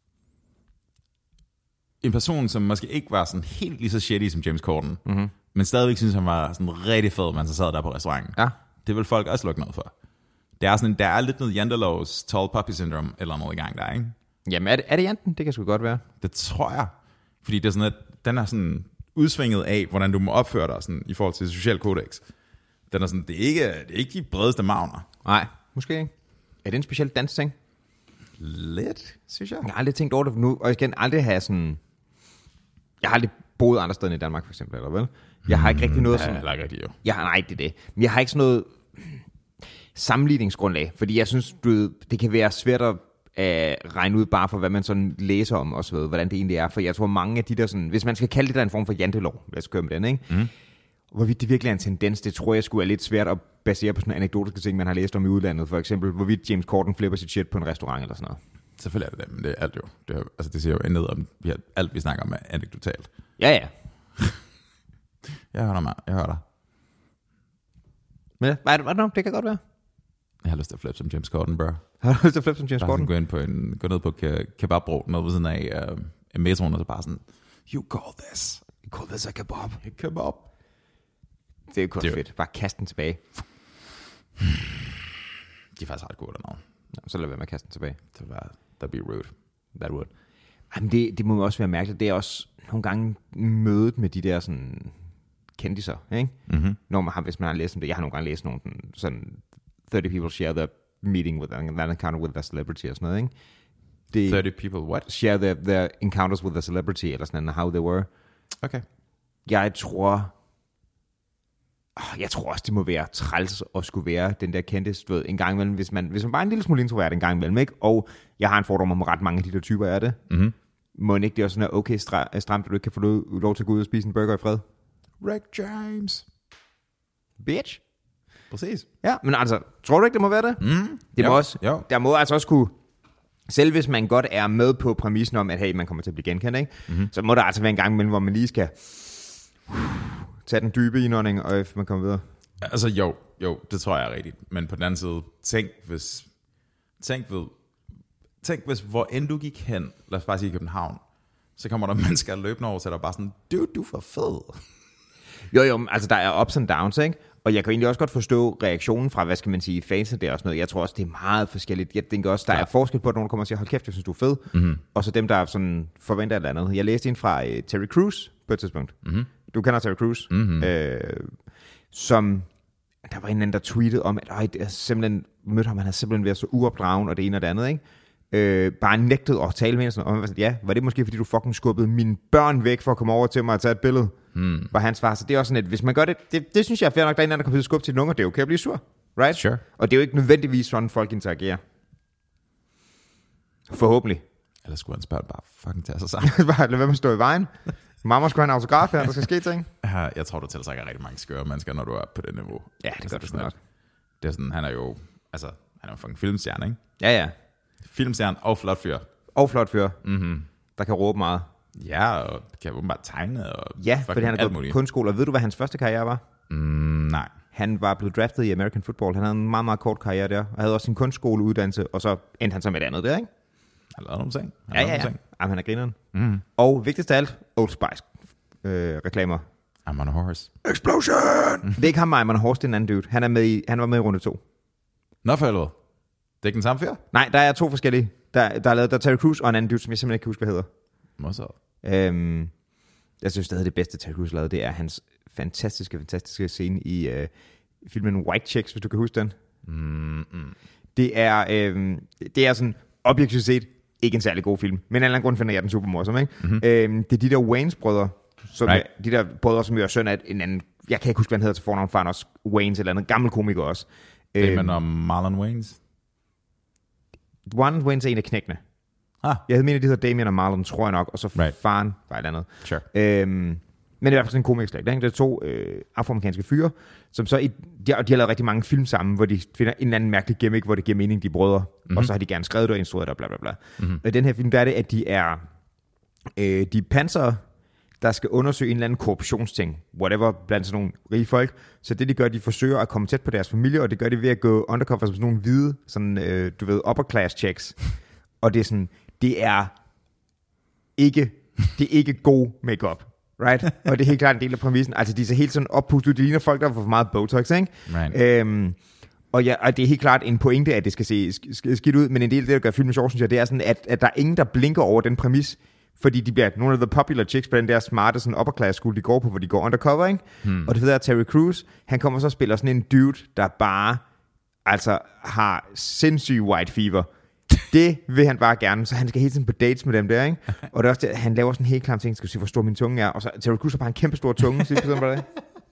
en person, som måske ikke var sådan helt lige så shitty som James Corden, men stadigvæk synes, han var sådan rigtig fed, mens han sad der på restauranten. Ja. Det vil folk også lukke noget for. Der er lidt noget Jantelovs tall puppy syndrome eller noget i gang der, ikke? Jamen, er det Janten? Det kan sgu godt være. Det tror jeg. Fordi det er sådan, at den er sådan udsvinget af, hvordan du må opføre dig sådan, i forhold til social kodex. Den er sådan, det er ikke de bredeste magner. Nej, måske ikke. Er det en speciel dansting? Lidt, synes jeg. Jeg har aldrig tænkt over det nu, og jeg kan aldrig have sådan... Jeg har aldrig boet andre steder end i Danmark, for eksempel, eller vel? Jeg har ikke rigtig noget sådan... Det er ikke rigtigt, jo. Nej, det er det. Men jeg har ikke sådan noget sammenligningsgrundlag, fordi jeg synes, det kan være svært at regne ud bare for, hvad man sådan læser om, og så ved, hvordan det egentlig er. For jeg tror, mange af de der sådan... Hvis man skal kalde det der en form for jantelov, lad os køre med den, ikke? Hvorvidt det virkelig er en tendens, det tror jeg skulle er lidt svært at basere på sådan anekdotiske ting, man har læst om i udlandet. For eksempel, hvorvidt James Corden flipper sit shit på en restaurant eller sådan noget. Selvfølgelig er det det, men det er alt jo. Det siger jo ned om alt, vi snakker om, er anekdotalt. Ja. Jeg hører dig. Men hvad det kan godt være. Jeg har lyst til at flippe som James Corden, bro. Har du lyst til at flippe som James Corden? Gå ned på kebabbro, nede ved siden af metroen, og så bare sådan, you call this a kebab. A kebab. Det er jo kun fedt. Bare kaste den tilbage. De er faktisk ret gode dernede. Så lad være med at kaste den tilbage. That'd be rude. That would. Jamen det må også være mærkeligt. Det er også nogle gange mødet med de der sådan kendiser, ikke? Når man har, hvis man har læst om det. Jeg har nogle gange læst nogle sådan 30 people share their meeting with that encounter with their celebrity og sådan noget, ikke? 30 people what? Share their encounters with their celebrity eller sådan noget, how they were. Okay. Jeg tror også, det må være træls at skulle være den der kendte, ved, en gang imellem, hvis man bare er en lille smule introvert en gang imellem, ikke? Og jeg har en fordom om ret mange af de der typer er det. Må ikke det også sådan, okay stramt, at du ikke kan få lov til at gå ud og spise en burger i fred? Rick James. Bitch. Præcis. Ja, men altså, tror du ikke, det må være det? Det må også. Jo. Der må altså også kunne, selv hvis man godt er med på præmissen om, at hey, man kommer til at blive genkendt, ikke? Så må der altså være en gang imellem, hvor man lige skal tage den dybe indånding, og man kommer videre. Altså jo, det tror jeg er rigtigt. Men på den anden side, tænk hvis hvor end du gik hen, lad os bare sige København, så kommer der mennesker løbende over til dig bare sådan, du er for fed. Jo, altså der er ups and downs, ikke? Og jeg kan egentlig også godt forstå reaktionen fra, hvad skal man sige, fansene der og sådan noget. Jeg tror også, det er meget forskelligt. Jeg tænker også, der er forskel på, at nogen kommer og siger, hold kæft, jeg synes, du er fed. Mm-hmm. Og så dem, der sådan forventer et eller andet. Jeg læste en fra Terry Crews på et tidspunkt. Mm-hmm. Du kender Terry Crews. Mm-hmm. Som, der var en anden, der tweetede om, at jeg simpelthen mødte ham, han havde simpelthen været så uopdragen, og det ene og det andet, ikke? Bare nægtede at tale med sådan, og ja, var det måske fordi du fucking skubbede mine børn væk for at komme over til mig og tage et billede, var hans svar. Så det er også sådan, at hvis man gør det synes jeg er fair nok, der er en anden, der kommer til at skubbe til den unge, det er okay at blive sur, right? Sure. Og det er jo ikke nødvendigvis sådan, folk interagerer. Forhåbentlig. Eller skulle han spørge bare fucking tage sig sammen? Bare lad være med at stå i vejen. Mamma skulle have en autograf her, der skal ske ting. Jeg tror, du tiltrækker rigtig mange skøre mennesker, når du er på det niveau. Ja, det gør du sådan nok. Det er sådan, han er jo fucking filmstjerne, ikke? Ja. Filmstjerne og flot fyr. Og flot fyr. Mm-hmm. Der kan råbe meget. Ja, og kan åbenbart tegne og fordi han er gået på kunstskole. Og ved du, hvad hans første karriere var? Nej. Han var blevet draftet i American Football. Han havde en meget, meget kort karriere der. Og havde også sin kunstskoleuddannelse, og så endte han så med et andet der, ikke? Han lavede nogle ting. Ja. Jamen, han er grineren. Mm. Og vigtigst af alt, Old Spice reklamer. I'm on a horse. Explosion! Det er ikke ham, I'm on a horse, det er en anden dude. Han var med i runde 2. Nå, for helvede. Det er ikke den samme fyr? Nej, der er 2 forskellige. Der er Terry Crews og en anden dude, som jeg simpelthen ikke kan huske, hvad hedder. Modsat. Jeg synes stadig, det bedste Terry Crews lavede, det er hans fantastiske scene i filmen White Chicks, hvis du kan huske den. Det er sådan objektivt set ikke en særlig god film, men af en eller anden grund finder jeg den super morsom, ikke? Mm-hmm. Det er de der Wayans brødre, som de der brødre, som jo er søn af en anden, jeg kan ikke huske, hvad han hedder til fornavn, faren også Wayans eller andet, gammel komiker også. Damon og Marlon Wayans? One Wayans er en af knækkene. Jeg havde menet, de hedder Damien og Marlon, tror jeg nok, og så faren var et andet. Sure. Men det er i hvert fald sådan en komikerslægt. Det er 2 afroamerikanske fyre, som så de har lavet rigtig mange film sammen, hvor de finder en eller anden mærkelig gimmick, hvor det giver mening, de brødre. Mm-hmm. Og så har de gerne skrevet det og instrueret det og bla bla bla. Mm-hmm. Og i den her film, der er det, at de er pansere, der skal undersøge en eller anden korruptionsting, whatever, blandt sådan nogle rige folk. Så det, de gør, de forsøger at komme tæt på deres familie, og det gør de ved at gå undercover som sådan nogle hvide, sådan, upper class checks. Og det er sådan, det er ikke god makeup, right? Og det er helt klart en del af præmissen. Altså, de ser helt sådan oppustet. De ligner folk, der får for meget Botox, ikke? Right. Og det er helt klart en pointe, at det skal se skidt ud, men en del af det, der gør filmen sjov, synes jeg, det er sådan, at der er ingen, der blinker over den præmis, fordi de bliver nogle af the popular chicks på den der smarte sådan upper class school, de går på, hvor de går undercover, ikke? Og det ved jeg, Terry Crews, han kommer så og spiller sådan en dude, der bare altså har sindssyg white fever. Det vil han bare gerne, så han skal hele tiden på dates med dem der, ikke? Og det er også det, han laver sådan en helt klam ting, skal se, hvor stor min tunge er, og så Terry Crews har bare en kæmpe stor tunge, siger du det?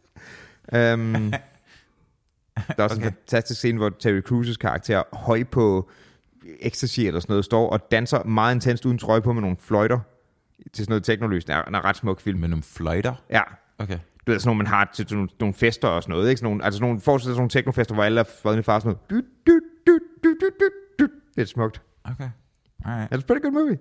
Der er også en fantastisk scene, hvor Terry Crews' karakter, høj på ecstasy eller sådan noget, står og danser meget intenst uden trøje på med nogle fløjter til sådan noget teknoløst. Det er en ret smuk film. Med nogle fløjter? Ja. Okay. Du ved, sådan nogle, man har til nogle fester og sådan noget, ikke? Sådan nogle, forestil sådan nogle teknofester, hvor alle er fløjt i far sådan noget. Det er smukt. Okay. Alright. It's a pretty good movie.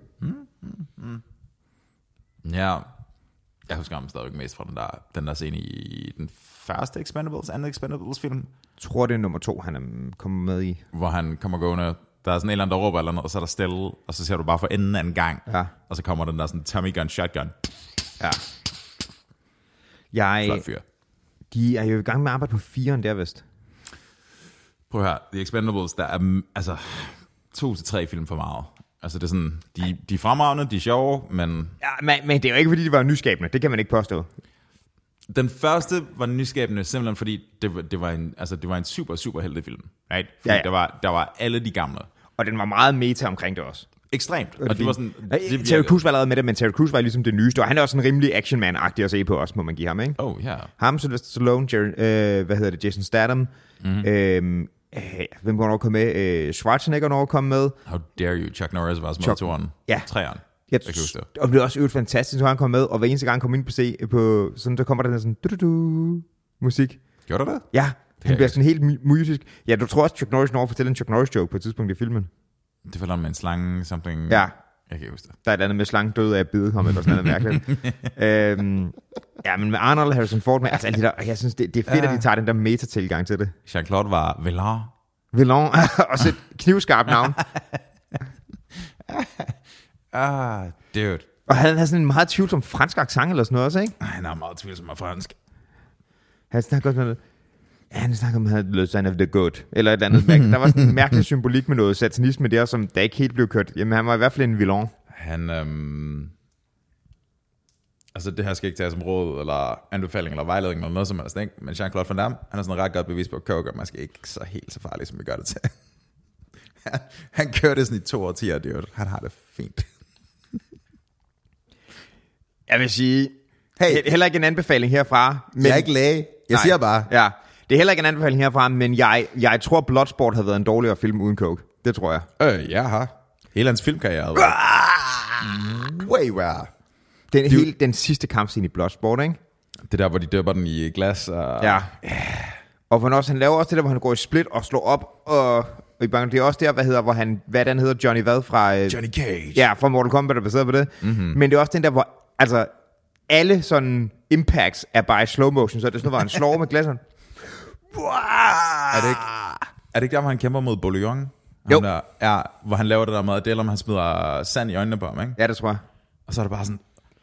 Ja. Jeg husker ham stadigvæk mest fra den der scene i den første anden Expendables film. Jeg tror, det er nummer 2, han er kommet med i. Hvor han kommer gående. Der er sådan en eller anden, der råber eller noget, og så er der stille, og så ser du bare for enden af en gang. Ja. Og så kommer den der sådan Tommy gun, shotgun. Ja. Flot fyr. De er jo i gang med at arbejde på 4'eren der, vist. Prøv her. The Expendables, der er altså 2 til 3 film for meget. Altså det er sådan, de er fremragende, de er sjove, men... Ja, men det er jo ikke, fordi de var nyskabende. Det kan man ikke påstå. Den første var nyskabende, simpelthen fordi det var en super, super heldig film. Right? Fordi der var alle de gamle. Og den var meget meta omkring det også. Ekstremt. Og det var sådan... Terry Crews var allerede med det, men Terry Crews var ligesom det nyeste. Og han er også en rimelig actionman-agtig at se på også, må man give ham, ikke? Oh, ja. Yeah. Ham, Sylvester Stallone, Jason Statham, hvem går nok komme med? Schwarzenegger nok komme med. How dare you? Chuck Norris var også med til 3'eren. Og det blev også øvet fantastisk, så han kom med, og hver eneste gang han kom ind på sådan, der kommer der sådan musik. Gjorde du det? Ja, han bliver sådan helt musisk. Ja, du tror også, Chuck Norris når at fortælle en Chuck Norris joke på et tidspunkt i filmen. Det falder med en slange, something... Ja. Jeg kan ikke huske det. Der er et andet med slangen døde af at bide ham, eller sådan noget mærkeligt. Ja, men med Arnold, Harrison Ford, med, altså alle de der, jeg synes, det er fedt, at de tager den der meta-tilgang til det. Jean-Claude var Villon, også et knivskarpt navn. Dude. Og han havde sådan en meget tvivlsom fransk accent eller sådan noget også, ikke? Han er meget tvivlsom af fransk. Han snakker godt med det. Han snakker om, at han havde son of the goat, eller et andet. Der var sådan en mærkelig symbolik med noget satanisme der, som der ikke helt blev kørt. Jamen, han var i hvert fald en villain. Han, altså det her skal ikke tages som råd, eller anbefaling, eller vejledning, eller noget som helst, ikke? Men Jean-Claude Van Damme, han er sådan ret godt bevis på, at coke, og man skal ikke så helt så farligt, som vi gør det til. Han kører det sådan i 2 årtier, dude. Han har det fint. Jeg vil sige, heller ikke en anbefaling herfra. Men, jeg er ikke læge. Jeg siger bare. Ja, det er heller ikke en anbefaling herfra, men jeg tror, Bloodsport havde været en dårligere film uden coke. Det tror jeg. Jeg har. Hele hans filmkarriere havde været way worse. Den sidste kampscene i Bloodsport, ikke? Det der, hvor de døber den i glas. Og... Ja. Og han laver også det der, hvor han går i split og slår op, og det er også der, hvor han, hvad den hedder, Johnny hvad fra... Johnny Cage. Ja, fra Mortal Kombat, der er baseret på det. Mm-hmm. Men det er også den der, hvor altså alle sådan impacts er bare i slow motion, så det er sådan noget, hvor han slår med glasserne. Er det ikke der, hvor han kæmper mod Bouillon? Jo. Hvor han laver det der med, det er, om han smider sand i øjnene på ham, ikke? Ja, det tror jeg. Og så er det bare sådan...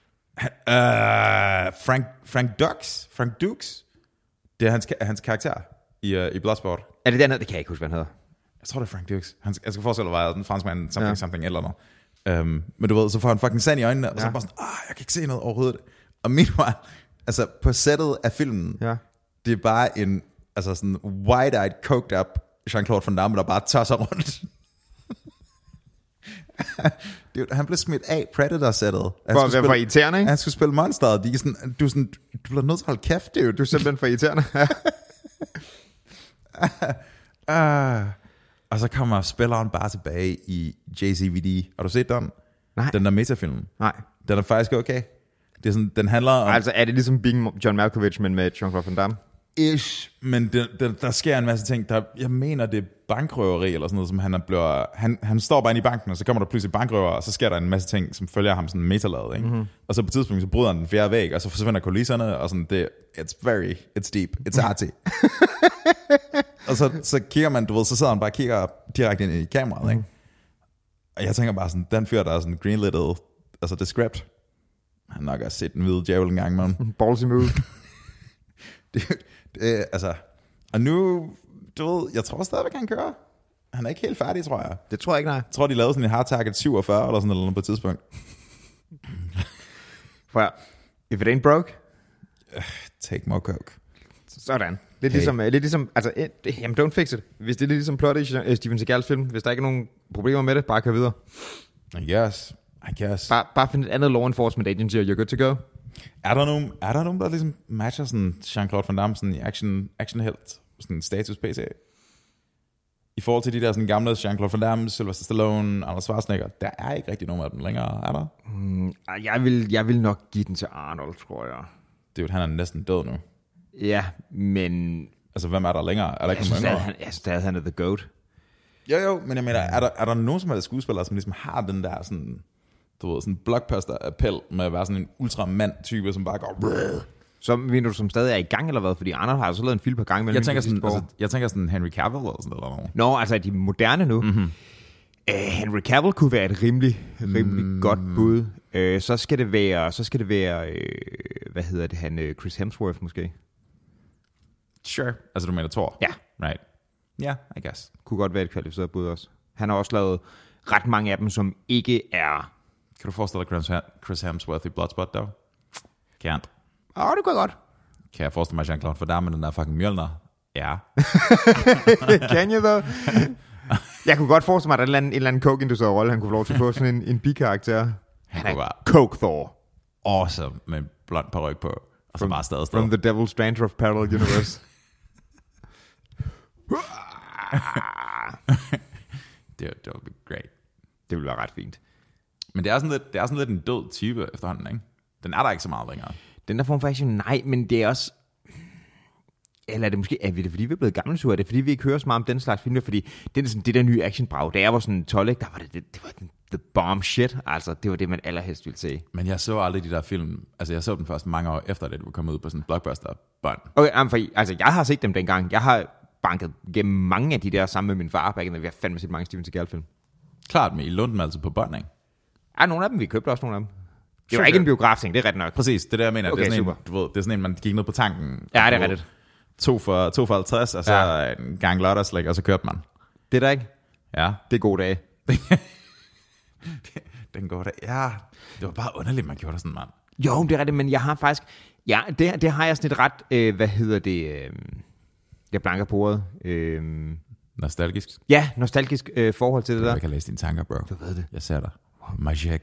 Frank Dukes. Det er hans karakter i Bloodsport. Er det dernede? Det kan jeg ikke huske, hvad han hedder. Jeg tror, det er Frank Dukes. Jeg skal forestille mig, at den franskmand something eller noget. Men du ved, så får han fucking sand i øjnene, og så bare sådan, jeg kan ikke se noget overhovedet. Og meanwhile, altså på sættet af filmen, det er bare en altså sådan wide-eyed, coked up Jean-Claude Van Damme, der bare tosser rundt. Han blev smidt af Predator-sættet. For irriterende, ikke? Han skulle spille monsteret. Du bliver nødt til at holde kæft, dude. Du er simpelthen for irriterende. Og så kommer spilleren bare tilbage i JCVD. Har du set den? Nej. Den der metafilm? Nej. Den er faktisk okay. Det er sådan, den handler om... Altså er det ligesom Being John Malkovich, men med Jean-Claude Van Damme? Ish, men der sker en masse ting. Jeg mener, det er bankrøveri eller sådan noget, som han står bare inde i banken, og så kommer der pludselig bankrøver, og så sker der en masse ting, som følger ham sådan metaladet, ikke? Mm-hmm. Og så på et tidspunkt, så bryder han den 4. væg, og så forsvinder kulisserne, og sådan, it's deep, it's arty. Og så kigger man, du ved, så sidder han bare og kigger direkte ind i kameraet, ikke? Og jeg tænker bare sådan, den fyr, der er sådan greenlitted, altså det script, han nok har set den hvide djævel en gang, man. Ballsy move. Altså, og nu, du ved, jeg tror stadigvæk, han kører. Han er ikke helt færdig, tror jeg. Det tror jeg ikke, nej. Jeg tror, de lavede sådan en hard target 47 eller sådan noget på et tidspunkt. If it ain't broke, take more coke. Sådan. Lidt ligesom, altså, jamen don't fix it. Hvis det er lidt ligesom plottet i Steven Seagals film, hvis der ikke er nogen problemer med det, bare kør videre. I guess. Bare find et andet law enforcement agency, og you're good to go. Er der nogen, der ligesom matcher sådan Jean-Claude Van Damme sådan i actionhelt, sådan status PC? I forhold til de der sådan gamle Jean-Claude Van Damme, Sylvester Stallone, Arnold Schwarzenegger, der er ikke rigtig nogen af dem længere, er der? Jeg vil nok give den til Arnold, tror jeg. Det er jo, han er næsten død nu. Ja, men... Altså, hvem er der længere? Er der ikke nogen længere? Jeg synes, han er the GOAT. Jo, men jeg mener, er der nogen som helst skuespillere, som ligesom har den der sådan... Du ved, sådan en blockbuster-appel med at være sådan en ultramand-type, som bare går... Så mener du, som stadig er i gang, eller hvad? Fordi Arnold har altså lavet en film på gang med... Jeg tænker sådan Henry Cavill eller sådan noget. Nå, altså de moderne nu. Mm-hmm. Henry Cavill kunne være et rimelig godt bud. Så skal det være... hvad hedder det? Chris Hemsworth måske? Sure. Altså du mener Thor? Ja. Right. Ja, I guess. Kunne godt være et kvalificeret bud også. Han har også lavet ret mange af dem, som ikke er... Kan du forestille dig Chris Hemsworth i Bloodsport, dog? Can't. Det går godt. Kan jeg forestille mig Jean-Claude Van Damme med den der fucking Mjølner? Ja. Kan jeg da? Jeg kunne godt forestille mig, at der er en eller anden coke-industreret rolle, han kunne få lov til at få sådan en bikarakter. Han er bare Coke Thor. Awesome, med en blond paryk på. Og så bare stadig. From the Devil's Dandruff Parallel Universe. det ville be great. Det ville være ret fint. Men det er sådan lidt en død type efterhånden, ikke? Den er der ikke så meget længere. Den der form for action, nej, men det er også... Eller er det måske, er det fordi vi er blevet gamle, så er det fordi vi ikke hører så meget om den slags film, fordi det er sådan det der nye actionbrag, da jeg var sådan 12, der var det var the bomb shit, altså det var det, man allerhelst ville se. Men jeg så aldrig de der film, altså jeg så dem først mange år efter det var kommet ud på sådan en blockbuster-bånd. Okay, altså jeg har set dem dengang, jeg har banket gennem mange af de der sammen med min far, når vi har fandme set mange Steven Seagal-film. Klart, men I lånte dem altså på bånd, ikke? Ja, nogle af dem, vi købte også nogle af dem. Det var ikke en biograf-ting, det er ret nok. Præcis, det der jeg mener, okay, det er sådan en, du ved, det er sådan en, man gik ned på tanken. Ja, det er rigtigt. 2 for 50, og så en gang lørdagslæg, og så kørte man. Det er der ikke? Ja. Det er gode dage. Den går der. Ja, det var bare underligt, man gjorde det sådan, mand. Jo, det er rigtigt, men jeg har faktisk... Ja, det har jeg sådan et ret... jeg blanker på ordet. Nostalgisk. Ja, nostalgisk forhold til det der. Jeg kan læse dine tanker, bro. Du ved det. Jeg ser dig. Magic.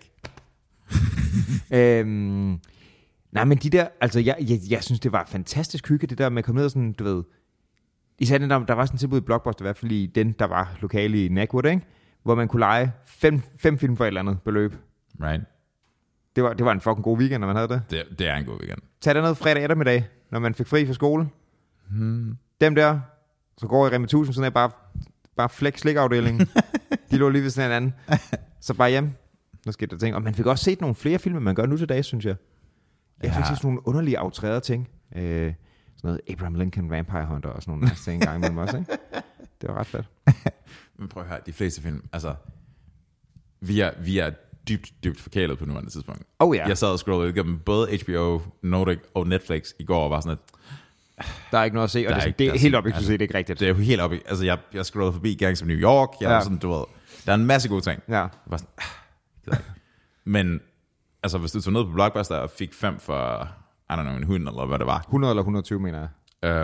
Nej, men de der... Altså, jeg synes, det var fantastisk hygge, det der med at komme ned og sådan, du ved... Især den der var sådan et tilbud i Blockbuster, i hvert fald i den, der var lokale i Nackwood, ikke? Hvor man kunne lege 5 film for et eller andet beløb. Right. Det var en fucking god weekend, når man havde det. Det er en god weekend. Tag derned fredag eftermiddag, når man fik fri fra skole. Dem der, så går i Rema 1000, sådan er bare flex slikafdelingen. De lå lige ved sådan en anden. Så bare hjem. Nu skal der ting. Og man fik også set nogle flere film, man gør nu til dag, synes jeg. Jeg fik set sådan nogle underlige outrerede ting. Sådan noget Abraham Lincoln Vampire Hunter og sådan nogle nice ting engang imellem også, ikke? Det var ret fedt. Men prøv at høre, de fleste film, altså, vi er dybt forkælet på nuværende tidspunkt. Oh ja. Jeg sad og scrollede igennem både HBO, Nordic og Netflix i går, og var sådan et... Der er ikke noget at se, og det er helt objektivt set ikke rigtigt. Det er jo helt objektivt. Altså, jeg scrollede forbi Gangs of New York, var sådan, du ved, der er en masse gode ting. Ja. Jeg var sådan, men, altså, hvis du tog ned på Blockbuster og fik 5 for, I don't know, en hund, eller hvad det var. 100 eller 120, mener jeg.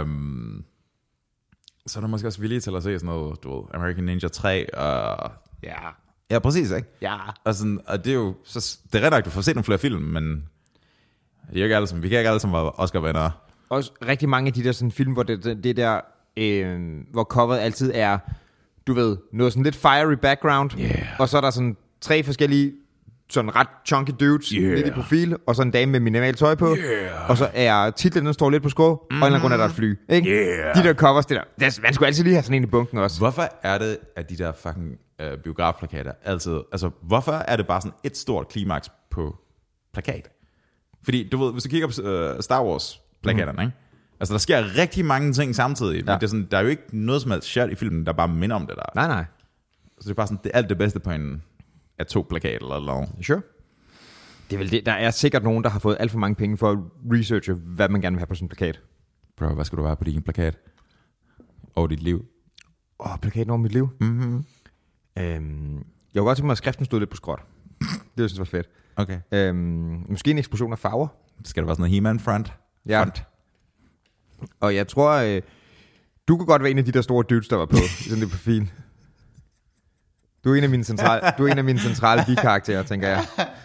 Så er du måske også villig til at se sådan noget, du ved, American Ninja 3, og... Ja. Ja, præcis, ikke? Ja. Og det er jo... Det er ret nok, du får set nogle flere film, men... Vi kan ikke alle sammen være Oscar-vinder. Også rigtig mange af de der sådan film, hvor det der... hvor coveret altid er... Du ved, noget sådan lidt fiery background. Yeah. Og så er der sådan 3 forskellige... Sådan ret chunky dudes, lidt i profil, og så en dame med minimalt tøj på. Yeah. Og så er titlen, den står lidt på skrå, og en eller anden grund er der et fly. Ikke? Yeah. De der covers, man skulle altid lige have sådan en i bunken også. Hvorfor er det, at de der fucking biografplakater altid... Altså, hvorfor er det bare sådan et stort klimaks på plakat? Fordi, du ved, hvis du kigger på Star Wars-plakaterne, ikke? Altså, der sker rigtig mange ting samtidig. Ja. Men det er sådan, der er jo ikke noget som helst shot i filmen, der bare minder om det der. Nej. Så det er bare sådan, det er alt det bedste på en... af 2 plakater eller noget. Sure. Det er vel det. Der er sikkert nogen, der har fået alt for mange penge for at researche, hvad man gerne vil have på sådan en plakat. Bro, hvad skal du have på din plakat? Over dit liv? Plakaten over mit liv? Mm-hmm. Jeg kunne godt tænke mig, at skriften stod lidt på skråt. Det synes jeg var fedt. Okay. Måske en eksplosion af farver. Skal der være sådan noget He-Man front? Ja. Og jeg tror, du kunne godt være en af de der store dudes, der var på sådan lidt profil. Du er en af mine centrale bikarakterer, tænker jeg.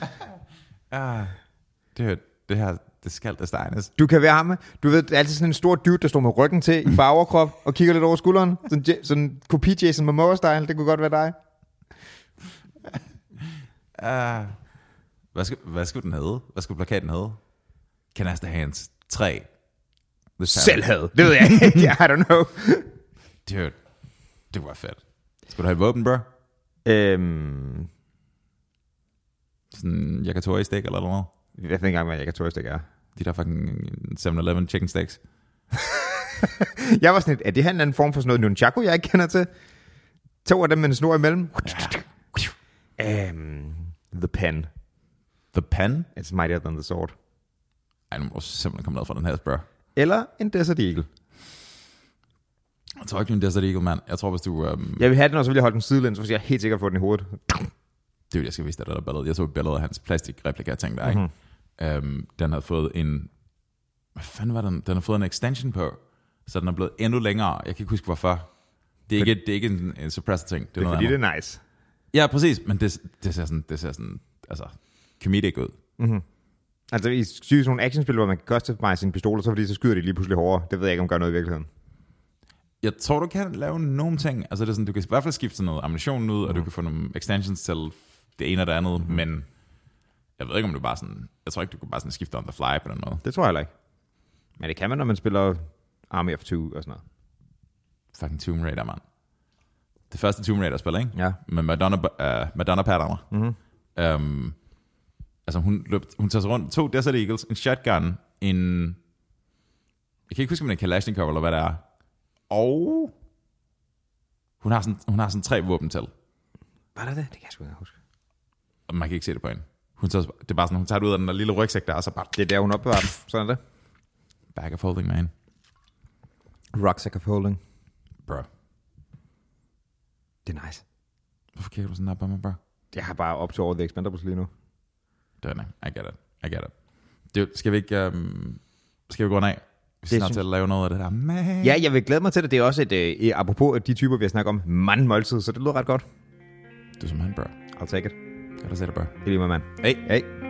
Det her, det skal det stegnes. Du kan være ham. Du ved, det er altid sådan en stor dude, der står med ryggen til i bare overkrop og kigger lidt over skulderen. Sådan kopi Jason Momoa-style. Det kunne godt være dig. Hvad skulle den hedde? Hvad skulle plakaten hedde? Canasta Hands 3. Selvhed. Det ved jeg ikke. I don't know. Dude, det var fedt. Skulle du have våben, bro? Sådan yakitori-stik eller noget? Jeg ved ikke engang, hvad yakitori-stik er. De der fucking 7-Eleven chicken steaks. Jeg var sådan et, er det her en anden form for sådan noget nunchaku, jeg ikke kender til? 2 af dem med en snor imellem. The pen. The pen? It's mightier than the sword. Ej, nu må simpelthen komme ned fra den her, bro. Eller en Desert Eagle. Jeg tror ikke, du er en Desert Eagle, mand. Jeg tror, hvis du... Jeg vil have den, og så vil jeg holde den sidelæns, så jeg er helt sikker på den i hovedet. Det vil jeg skal vise dig, der billede. Jeg så et billede af hans plastikreplika-ting der, ikke? Den havde fået en... Hvad fanden var den? Den har fået en extension på, så den er blevet endnu længere. Jeg kan ikke huske, hvorfor. Det er ikke en suppressor-ting. Det er fordi, det er nice. Ja, præcis. Men det ser sådan altså, comedic ud. Mm-hmm. Altså, i sådan nogle actionspil, hvor man kan customize sine pistoler, så fordi så skyder de lige pludselig hårdere. Det ved jeg ikke, om gør noget i virkeligheden. Jeg tror, du kan lave nogle ting. Altså, det er sådan, du kan i hvert fald skifte noget ammunition ud, og du kan få nogle extensions til det ene og det andet, men jeg ved ikke, om du bare sådan... Jeg tror ikke, du kan bare sådan skifte on the fly på den måde. Det tror jeg heller ikke. Men det kan man, når man spiller Army of Two og sådan noget. Fucking Tomb Raider, mand. Det første Tomb Raider-spil, ikke? Ja. Med Madonna-patterne. Mm-hmm. Altså, hun tager sig rundt 2 Desert Eagles, en shotgun, en... Jeg kan ikke huske, om det er en Kalashnikov, eller hvad det er. Og... Hun har sådan 3 våben til. Var det? Det kan jeg sgu ikke huske. Og man kan ikke se det på hende. Det er bare sådan, hun tager det ud af den der lille rygsæk der, og så bare... Det er der, hun opbevarer den. Sådan er det. Bag of holding, man. Rucksack of Holding. Bro. Det er nice. Hvorfor kigger du sådan der på mig, bro? Jeg har bare op til over The Expendables lige nu. Det er I get it. Dude, skal vi gå af? Vi skal snart til at lave noget af det der. Man. Ja, jeg vil glæde mig til det. Det er også et apropos de typer, vi har snakket om, måltid, så det lyder ret godt. Du er som han, bro. I'll take it. Kan du se det, bro? Det er lige mig, mand. Hey.